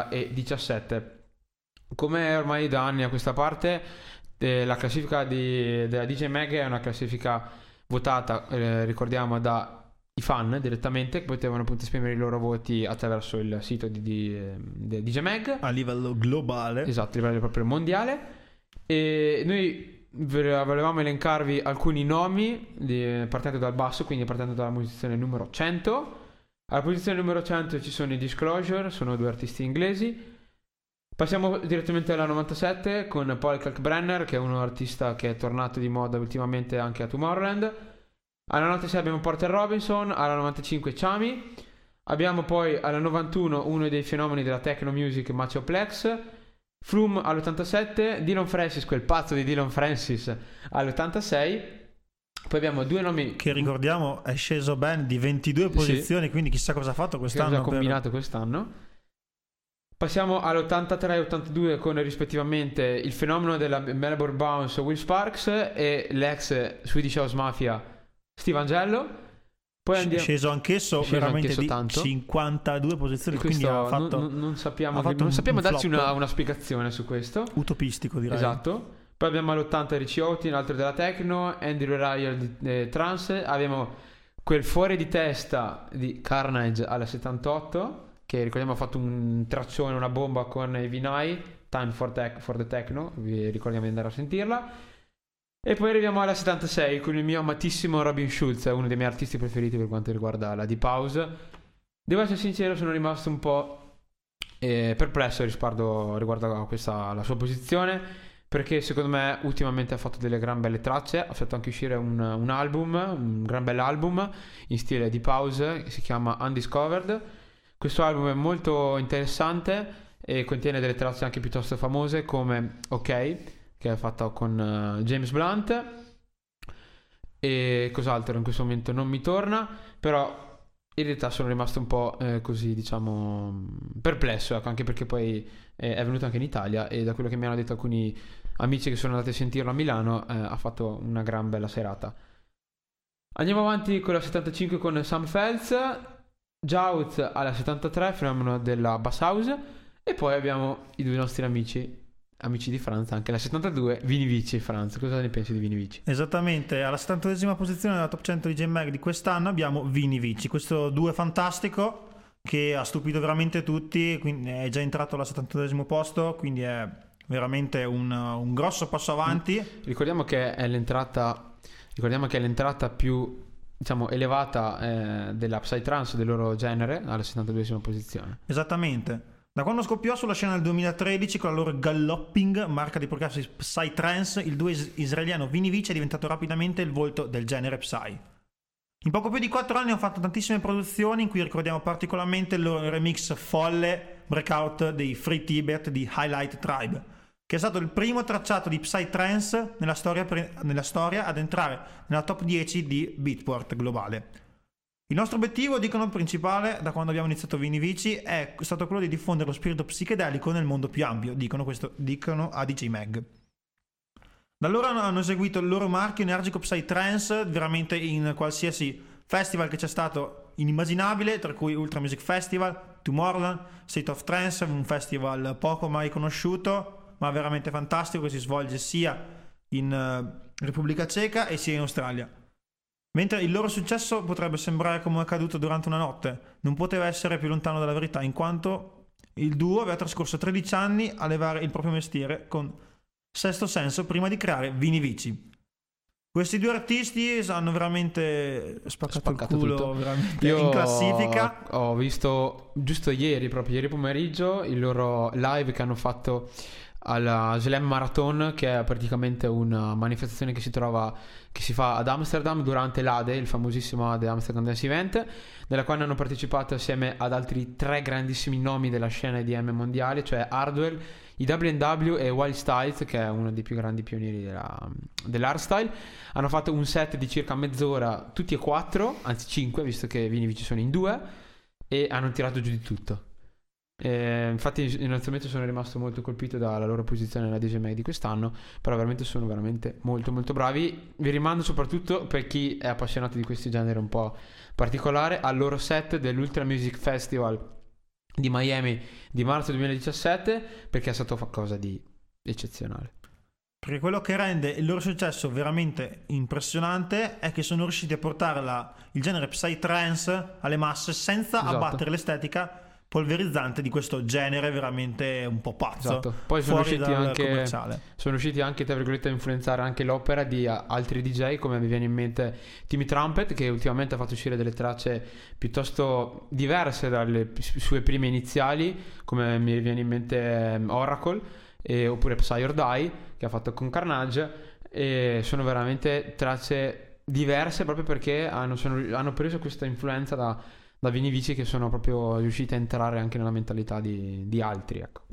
2017. Come ormai da anni a questa parte, la classifica della DJ Mag è una classifica votata, ricordiamo, da i fan direttamente, che potevano appunto esprimere i loro voti attraverso il sito di DJ Mag a livello globale. Esatto, a livello proprio mondiale. E noi volevamo elencarvi alcuni nomi partendo dal basso, quindi partendo dalla posizione numero 100. Alla posizione numero 100 ci sono i Disclosure, sono 2 artisti inglesi. Passiamo direttamente alla 97 con Paul Kalkbrenner, che è un artista che è tornato di moda ultimamente anche a Tomorrowland. Alla 96 abbiamo Porter Robinson, alla 95 Chami. Abbiamo poi alla 91 uno dei fenomeni della techno music, Macho Plex. Flume all'87, Dylan Francis, quel pazzo di Dylan Francis, all'86. Poi abbiamo 2 nomi che ricordiamo è sceso ben di 22 posizioni, quindi chissà cosa ha fatto quest'anno. Cosa ha combinato quest'anno. Passiamo all'83 e 82 con rispettivamente il fenomeno della Melbourne Bounce Will Sparks e l'ex Swedish House Mafia Steve Angello. Poi andiamo... sceso anch'esso veramente di tanto. 52 posizioni, quindi ha fatto, non sappiamo darci una spiegazione su questo. Utopistico, direi. Esatto. Poi abbiamo all'80 Richie Houghton, altro della techno, Andrew Ryan di trance. Abbiamo quel fuori di testa di Carnage alla 78, che ricordiamo ha fatto un traccione, una bomba con i Vinai, Time for the Techno, vi ricordiamo di andare a sentirla. E poi arriviamo alla 76 con il mio amatissimo Robin Schulz, uno dei miei artisti preferiti per quanto riguarda la Deep House. Devo essere sincero, sono rimasto un po' perplesso riguardo a la sua posizione, perché secondo me ultimamente ha fatto delle gran belle tracce. Ha fatto anche uscire un album, un gran bell'album in stile Deep House, che si chiama Undiscovered. Questo album è molto interessante e contiene delle tracce anche piuttosto famose come OK, che è fatta con James Blunt, e cos'altro in questo momento non mi torna, però in realtà sono rimasto un po' così, diciamo, perplesso, ecco, anche perché poi è venuto anche in Italia e da quello che mi hanno detto alcuni amici che sono andati a sentirlo a Milano, ha fatto una gran bella serata. Andiamo avanti con la 75 con Sam Feltz, Jout alla 73, fenomeno della Bass House, e poi abbiamo i 2 nostri amici di Franza, anche la 72, Vini Vici. Franza, cosa ne pensi di Vini Vici? Esattamente, alla 72esima posizione della top 100 di J-Mag di quest'anno abbiamo Vini Vici, questo duo fantastico che ha stupito veramente tutti, quindi è già entrato al 72esimo posto, quindi è veramente un grosso passo avanti. Ricordiamo che è l'entrata più, diciamo, elevata della Psytrance del loro genere, alla 72esima posizione. Esattamente. Da quando scoppiò sulla scena nel 2013 con la loro Galloping, marca di progressi Psytrance, il duo israeliano Vini Vici è diventato rapidamente il volto del genere Psy. In poco più di 4 anni hanno fatto tantissime produzioni, in cui ricordiamo particolarmente il loro remix folle Breakout dei Free Tibet di Highlight Tribe, che è stato il primo tracciato di Psytrance nella storia ad entrare nella top 10 di Beatport globale. Il nostro obiettivo, dicono, principale da quando abbiamo iniziato Vini Vici è stato quello di diffondere lo spirito psichedelico nel mondo più ampio, dicono a DJ Mag. Da allora hanno eseguito il loro marchio energico Psytrance veramente in qualsiasi festival che c'è stato inimmaginabile, tra cui Ultra Music Festival, Tomorrowland, State of Trance, un festival poco mai conosciuto ma veramente fantastico, che si svolge sia in Repubblica Ceca e sia in Australia. Mentre il loro successo potrebbe sembrare come accaduto durante una notte, non poteva essere più lontano dalla verità, in quanto il duo aveva trascorso 13 anni a levare il proprio mestiere con Sesto Senso prima di creare Vini Vici. Questi 2 artisti hanno veramente spaccato il culo tutto. Veramente in classifica. Ho visto giusto proprio ieri pomeriggio, il loro live che hanno fatto alla Slam Marathon, che è praticamente una manifestazione che si fa ad Amsterdam durante l'ADE, il famosissimo ADE Amsterdam Dance Event, nella quale hanno partecipato assieme ad altri 3 grandissimi nomi della scena EDM mondiale, cioè Hardwell, i W&W e Wild Styles, che è uno dei più grandi pionieri dell'hardstyle, hanno fatto un set di circa mezz'ora, tutti e 4, anzi 5, visto che Vini ci sono in 2, e hanno tirato giù di tutto. Infatti inizialmente sono rimasto molto colpito dalla loro posizione nella DJ Mag di quest'anno, però sono veramente molto molto bravi. Vi rimando soprattutto, per chi è appassionato di questi generi un po' particolare, al loro set dell'Ultra Music Festival di Miami di marzo 2017, perché è stato qualcosa di eccezionale. Perché quello che rende il loro successo veramente impressionante è che sono riusciti a portare il genere psytrance alle masse senza abbattere l'estetica polverizzante di questo genere veramente un po' pazzo. Poi sono riusciti anche tra virgolette a influenzare anche l'opera di altri DJ, come mi viene in mente Timmy Trumpet, che ultimamente ha fatto uscire delle tracce piuttosto diverse dalle sue prime iniziali, come mi viene in mente Oracle, oppure Psy or Die, che ha fatto con Carnage, e sono veramente tracce diverse proprio perché hanno preso questa influenza da Vini Vici, che sono proprio riusciti a entrare anche nella mentalità di altri, ecco.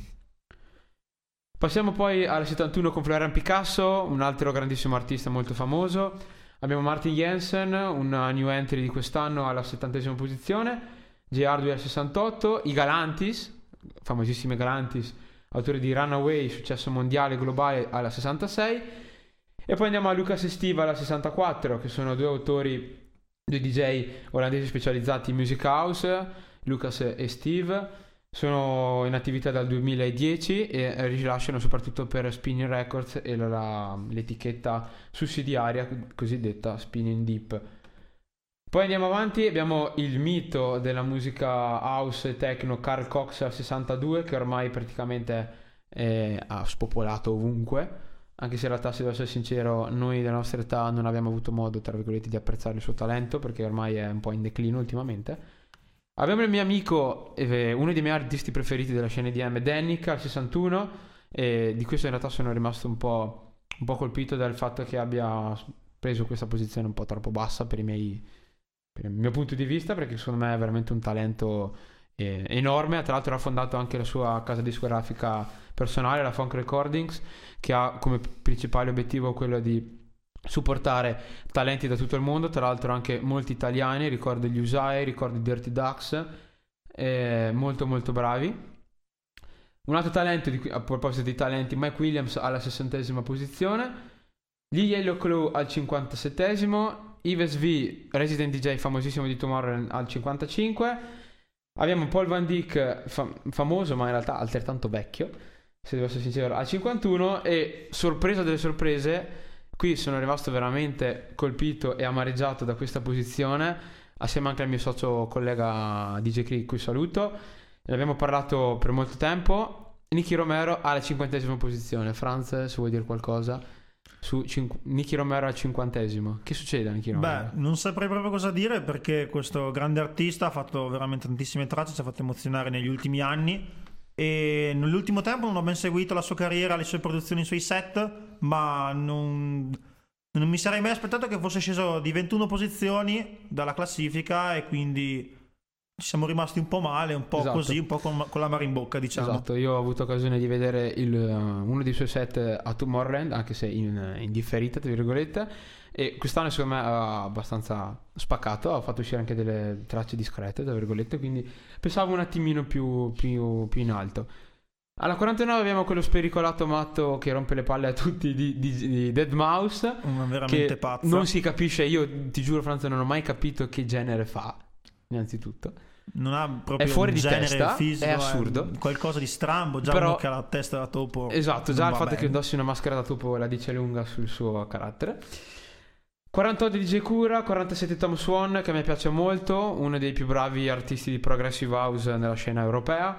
Passiamo poi alla 71 con Florian Picasso, un altro grandissimo artista molto famoso. Abbiamo Martin Jensen, una new entry di quest'anno, alla 70esima posizione. J. Hardware al 68. I Galantis, famosissimi Galantis, autori di Runaway, successo mondiale globale, alla 66. E poi andiamo a Lucas e Steve alla 64, che sono due DJ olandesi specializzati in music house. Lucas e Steve sono in attività dal 2010 e rilasciano soprattutto per Spinning Records e l'etichetta sussidiaria cosiddetta Spinning Deep. Poi andiamo avanti, abbiamo il mito della musica house e techno Carl Cox al 62, che ormai praticamente ha spopolato ovunque, anche se in realtà, se devo essere sincero, noi della nostra età non abbiamo avuto modo, tra virgolette, di apprezzare il suo talento, perché ormai è un po' in declino ultimamente. Abbiamo il mio amico, uno dei miei artisti preferiti della scena EDM, Danik al 61, e di questo in realtà sono rimasto un po' colpito dal fatto che abbia preso questa posizione un po' troppo bassa per il mio punto di vista, perché secondo me è veramente un talento enorme. Tra l'altro ha fondato anche la sua casa discografica personale, la Funk Recordings, che ha come principale obiettivo quello di supportare talenti da tutto il mondo, tra l'altro anche molti italiani. Ricordo gli Usai, ricordo i Dirty Ducks, molto molto bravi. Un altro talento, a proposito di talenti, Mike Williams alla 60esima posizione, gli Yellow Claw al 57esimo, Yves V, resident DJ famosissimo di Tomorrowland, al 55. Abbiamo Paul Van Dyk, famoso ma in realtà altrettanto vecchio, se devo essere sincero, al 51. E sorpresa delle sorprese, qui sono rimasto veramente colpito e amareggiato da questa posizione, assieme anche al mio socio collega DJ Creek, cui saluto. Ne abbiamo parlato per molto tempo. Nicky Romero alla 50esima posizione. Franz, se vuoi dire qualcosa su Nicky Romero al 50esimo. Che succede a Nicky Romero? Beh, non saprei proprio cosa dire, perché questo grande artista ha fatto veramente tantissime tracce, ci ha fatto emozionare negli ultimi anni, e nell'ultimo tempo non ho ben seguito la sua carriera, le sue produzioni, i suoi set, ma non mi sarei mai aspettato che fosse sceso di 21 posizioni dalla classifica, e quindi ci siamo rimasti un po' male, un po' così, un po' con l'amaro in bocca, diciamo. Esatto, io ho avuto occasione di vedere uno dei suoi set a Tomorrowland, anche se in differita, tra virgolette, e quest'anno secondo me ha abbastanza spaccato, ha fatto uscire anche delle tracce discrete, tra virgolette, quindi pensavo un attimino più in alto. Alla 49 abbiamo quello spericolato matto che rompe le palle a tutti di Deadmau5, veramente che pazzo. Non si capisce, io ti giuro Franz, non ho mai capito che genere fa, innanzitutto. Non ha proprio è fuori un di genere testa, fisico, è assurdo, qualcosa di strambo, già però, uno che ha la testa da topo. Esatto, già il fatto che indossi una maschera da topo la dice lunga sul suo carattere. 48 DJ Cura, 47 Tom Swan, che a me piace molto, uno dei più bravi artisti di progressive house nella scena europea.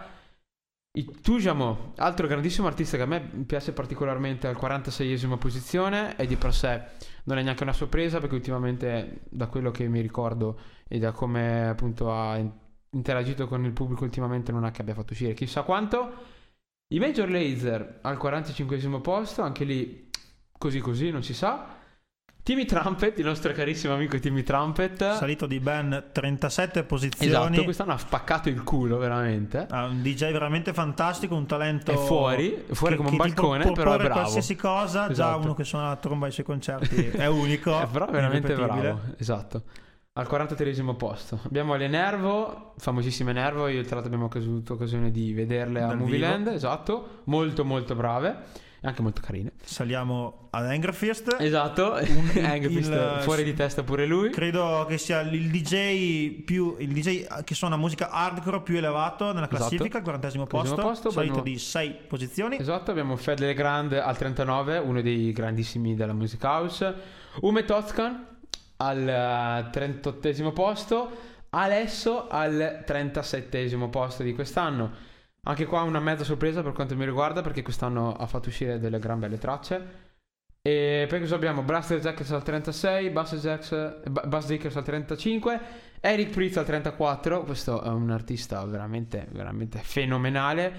Tujamo, altro grandissimo artista che a me piace particolarmente, al 46esima posizione, e di per sé non è neanche una sorpresa, perché ultimamente, da quello che mi ricordo e da come appunto ha interagito con il pubblico ultimamente, non è che abbia fatto uscire chissà quanto. I Major Lazer al 45esimo posto, anche lì così non si sa. Timmy Trumpet, il nostro carissimo amico Timmy Trumpet, salito di ben 37 posizioni. esatto, quest'anno ha spaccato il culo veramente. Un DJ veramente fantastico, un talento. È fuori come un balcone, però è bravo. Qualsiasi cosa, esatto. Già uno che suona la tromba ai suoi concerti è unico. È però veramente irripetibile. bravo, esatto. Al 43esimo posto abbiamo le Nervo, famosissime Nervo. Io tra l'altro abbiamo avuto occasione di vederle a Dal Movieland, vivo. esatto, molto molto brave e anche molto carine. Saliamo ad Angerfist. Esatto, fuori di testa pure lui. Credo che sia il DJ che suona musica hardcore più elevato nella classifica, al 40esimo posto, salito di 6 posizioni. Esatto, abbiamo Fed Legrand al 39, uno dei grandissimi della music house. Ume Toscan al 38esimo posto, Alesso al 37esimo posto di quest'anno. Anche qua una mezza sorpresa per quanto mi riguarda, perché quest'anno ha fatto uscire delle gran belle tracce. E poi cosa abbiamo? Blaster Jackets al 36, Buzz Dickers al 35, Eric Pritz al 34. Questo è un artista veramente veramente fenomenale.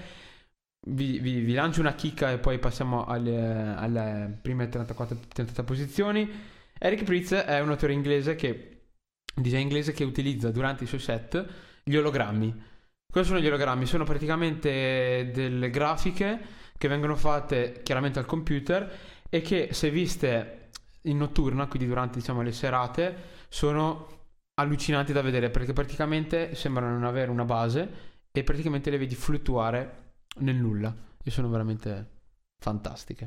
Vi lancio una chicca e poi passiamo alle prime 34 posizioni. Eric Pritz è un autore DJ inglese che utilizza durante i suoi set gli ologrammi. Cosa sono gli ologrammi? Sono praticamente delle grafiche che vengono fatte chiaramente al computer e che, se viste in notturna, quindi durante le serate, sono allucinanti da vedere, perché praticamente sembrano non avere una base e praticamente le vedi fluttuare nel nulla e sono veramente fantastiche.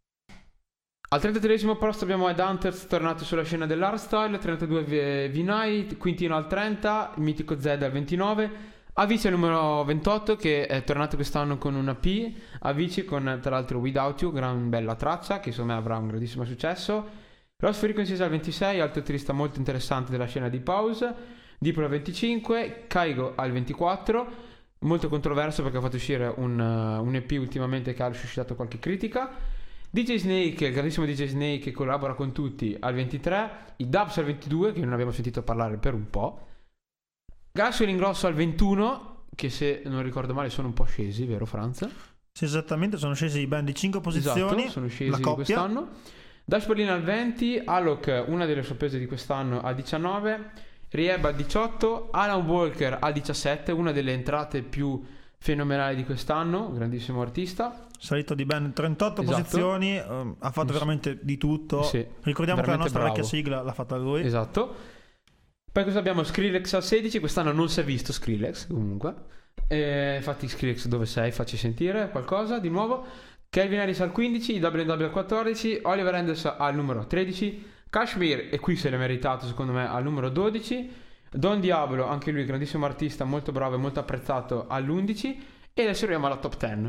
Al 33esimo posto abbiamo Ed Hunters, tornato sulla scena dell'hardstyle, 32 V-Night, Quintino al 30, il mitico Zed al 29, Avicii al numero 28, che è tornato quest'anno con una P, Avicii con tra l'altro Without You, gran bella traccia che secondo me avrà un grandissimo successo. Lost Frequencies al 26, altro trista molto interessante della scena di Pause. Diplo al 25, Kaigo al 24, molto controverso perché ha fatto uscire un EP ultimamente che ha suscitato qualche critica. DJ Snake, il grandissimo DJ Snake che collabora con tutti, al 23, i Dubs al 22, che non abbiamo sentito parlare per un po', Gasoline Grosso al 21, che se non ricordo male sono un po' scesi, vero Franz? Sì, esattamente, sono scesi ben di 5 posizioni. Esatto, sono scesi la coppia quest'anno. Dash Berlin al 20, Alok, una delle sorprese di quest'anno, al 19, Rehab al 18, Alan Walker al 17, una delle entrate più fenomenali di quest'anno, grandissimo artista. Salito di ben 38 esatto. posizioni, ha fatto veramente di tutto. Sì, ricordiamo che la nostra bravo. vecchia sigla l'ha fatta lui. Esatto. Poi cosa abbiamo? Skrillex al 16, quest'anno non si è visto Skrillex comunque. Infatti Skrillex, dove sei? Facci sentire qualcosa di nuovo. Calvin Harris al 15, WW al 14, Oliver Enders al numero 13, Kashmir, e qui se l'è meritato secondo me, al numero 12, Don Diablo, anche lui grandissimo artista, molto bravo e molto apprezzato, all'11, e adesso arriviamo alla top 10.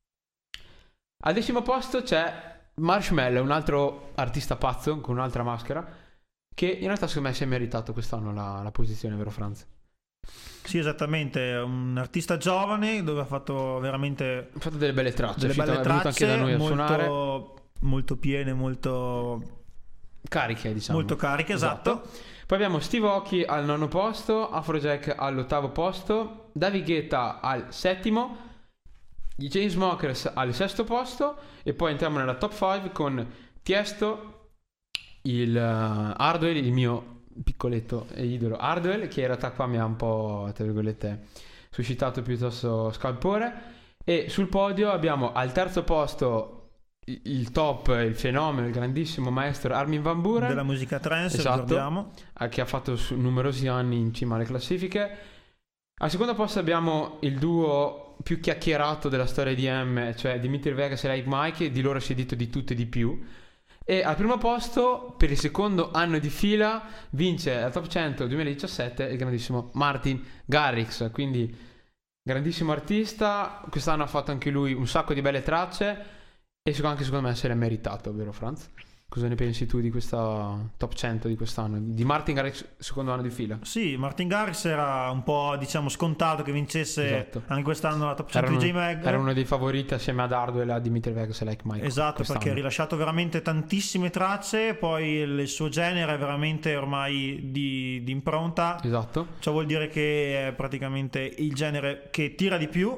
Al 10° posto c'è Marshmello, un altro artista pazzo con un'altra maschera, che in realtà secondo me si è meritato quest'anno la posizione, vero Franz? Sì, esattamente, un artista giovane dove ha fatto veramente delle belle tracce, è venuto anche da noi a suonare, molto piene, molto cariche, diciamo. Molto cariche, esatto. Poi abbiamo Steve Aoki al 9° posto, Afrojack all'8° posto, David Guetta al 7°, i Chainsmokers al 6° posto, e poi entriamo nella top 5 con Tiesto, il Hardwell, il mio piccoletto idolo Hardwell, che in realtà qua mi ha un po', tra virgolette, suscitato piuttosto scalpore. E sul podio abbiamo al 3° posto il top, il fenomeno, il grandissimo maestro Armin van Buuren della musica trance, esatto, ricordiamo, che ha fatto numerosi anni in cima alle classifiche. Al 2° posto abbiamo il duo più chiacchierato della storia di M, cioè Dimitri Vegas e Like Mike, di loro si è detto di tutto e di più. E al 1° posto, per il 2° anno di fila, vince la Top 100 2017 il grandissimo Martin Garrix, quindi grandissimo artista. Quest'anno ha fatto anche lui un sacco di belle tracce e anche secondo me se l'è meritato, vero Franz? Cosa ne pensi tu di questa Top 100 di quest'anno, di Martin Garrix, 2° anno di fila? Sì, Martin Garrix era un po', diciamo, scontato che vincesse, esatto, anche quest'anno la Top 100 di J-Mag. Era uno dei favoriti assieme ad Hardwell e a Dimitri Vegas e Like Mike. Esatto, quest'anno, perché ha rilasciato veramente tantissime tracce, poi il suo genere è veramente ormai di impronta. Esatto. Ciò vuol dire che è praticamente il genere che tira di più.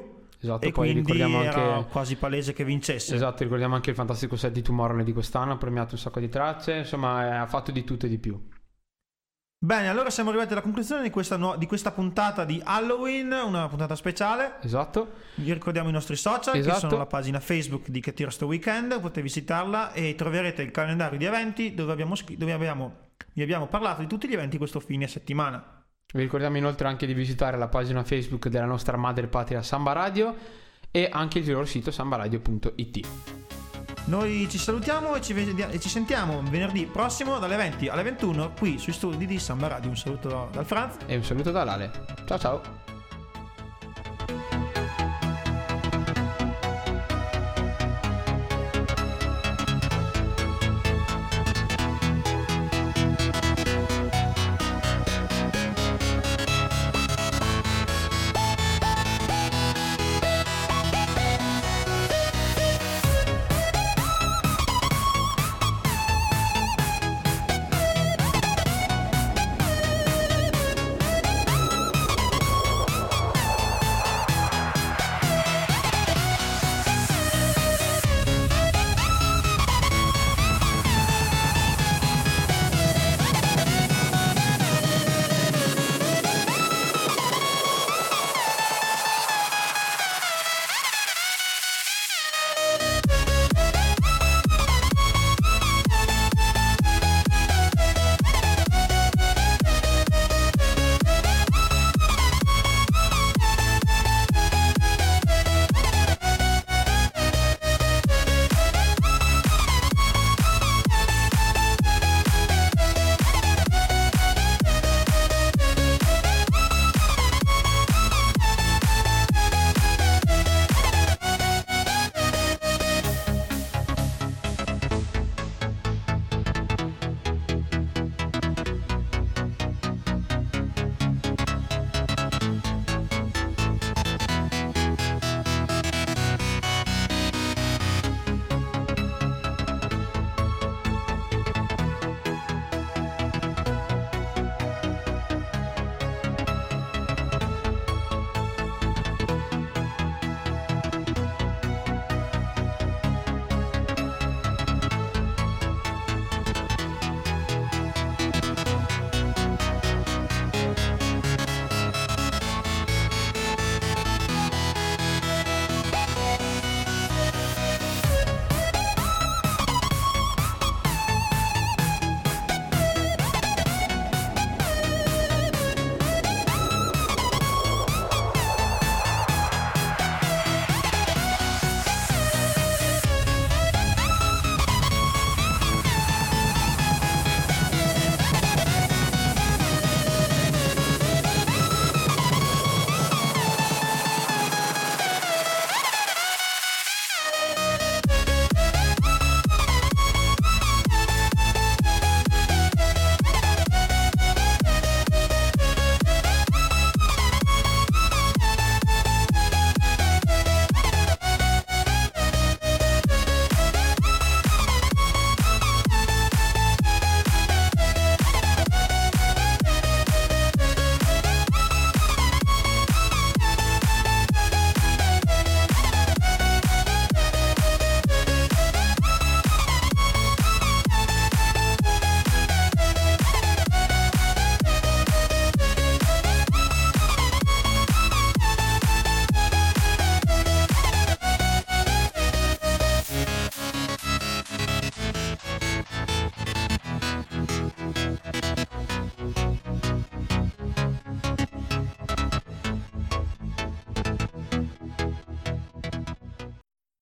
Esatto, e poi quindi ricordiamo era anche quasi palese che vincesse. Esatto, ricordiamo anche il fantastico set di Tomorrowland di quest'anno, ha premiato un sacco di tracce, insomma ha fatto di tutto e di più. Bene, allora siamo arrivati alla conclusione di questa puntata di Halloween, una puntata speciale. Esatto. Vi ricordiamo i nostri social, Esatto. che sono la pagina Facebook di Che Tiro Sto Weekend, potete visitarla e troverete il calendario di eventi dove vi abbiamo parlato di tutti gli eventi questo fine settimana. Vi ricordiamo inoltre anche di visitare la pagina Facebook della nostra madre patria Samba Radio e anche il loro sito sambaradio.it. Noi ci salutiamo e ci sentiamo venerdì prossimo dalle 20 alle 21 qui sui studi di Samba Radio. Un saluto dal Franz E un saluto da Lale. Ciao ciao.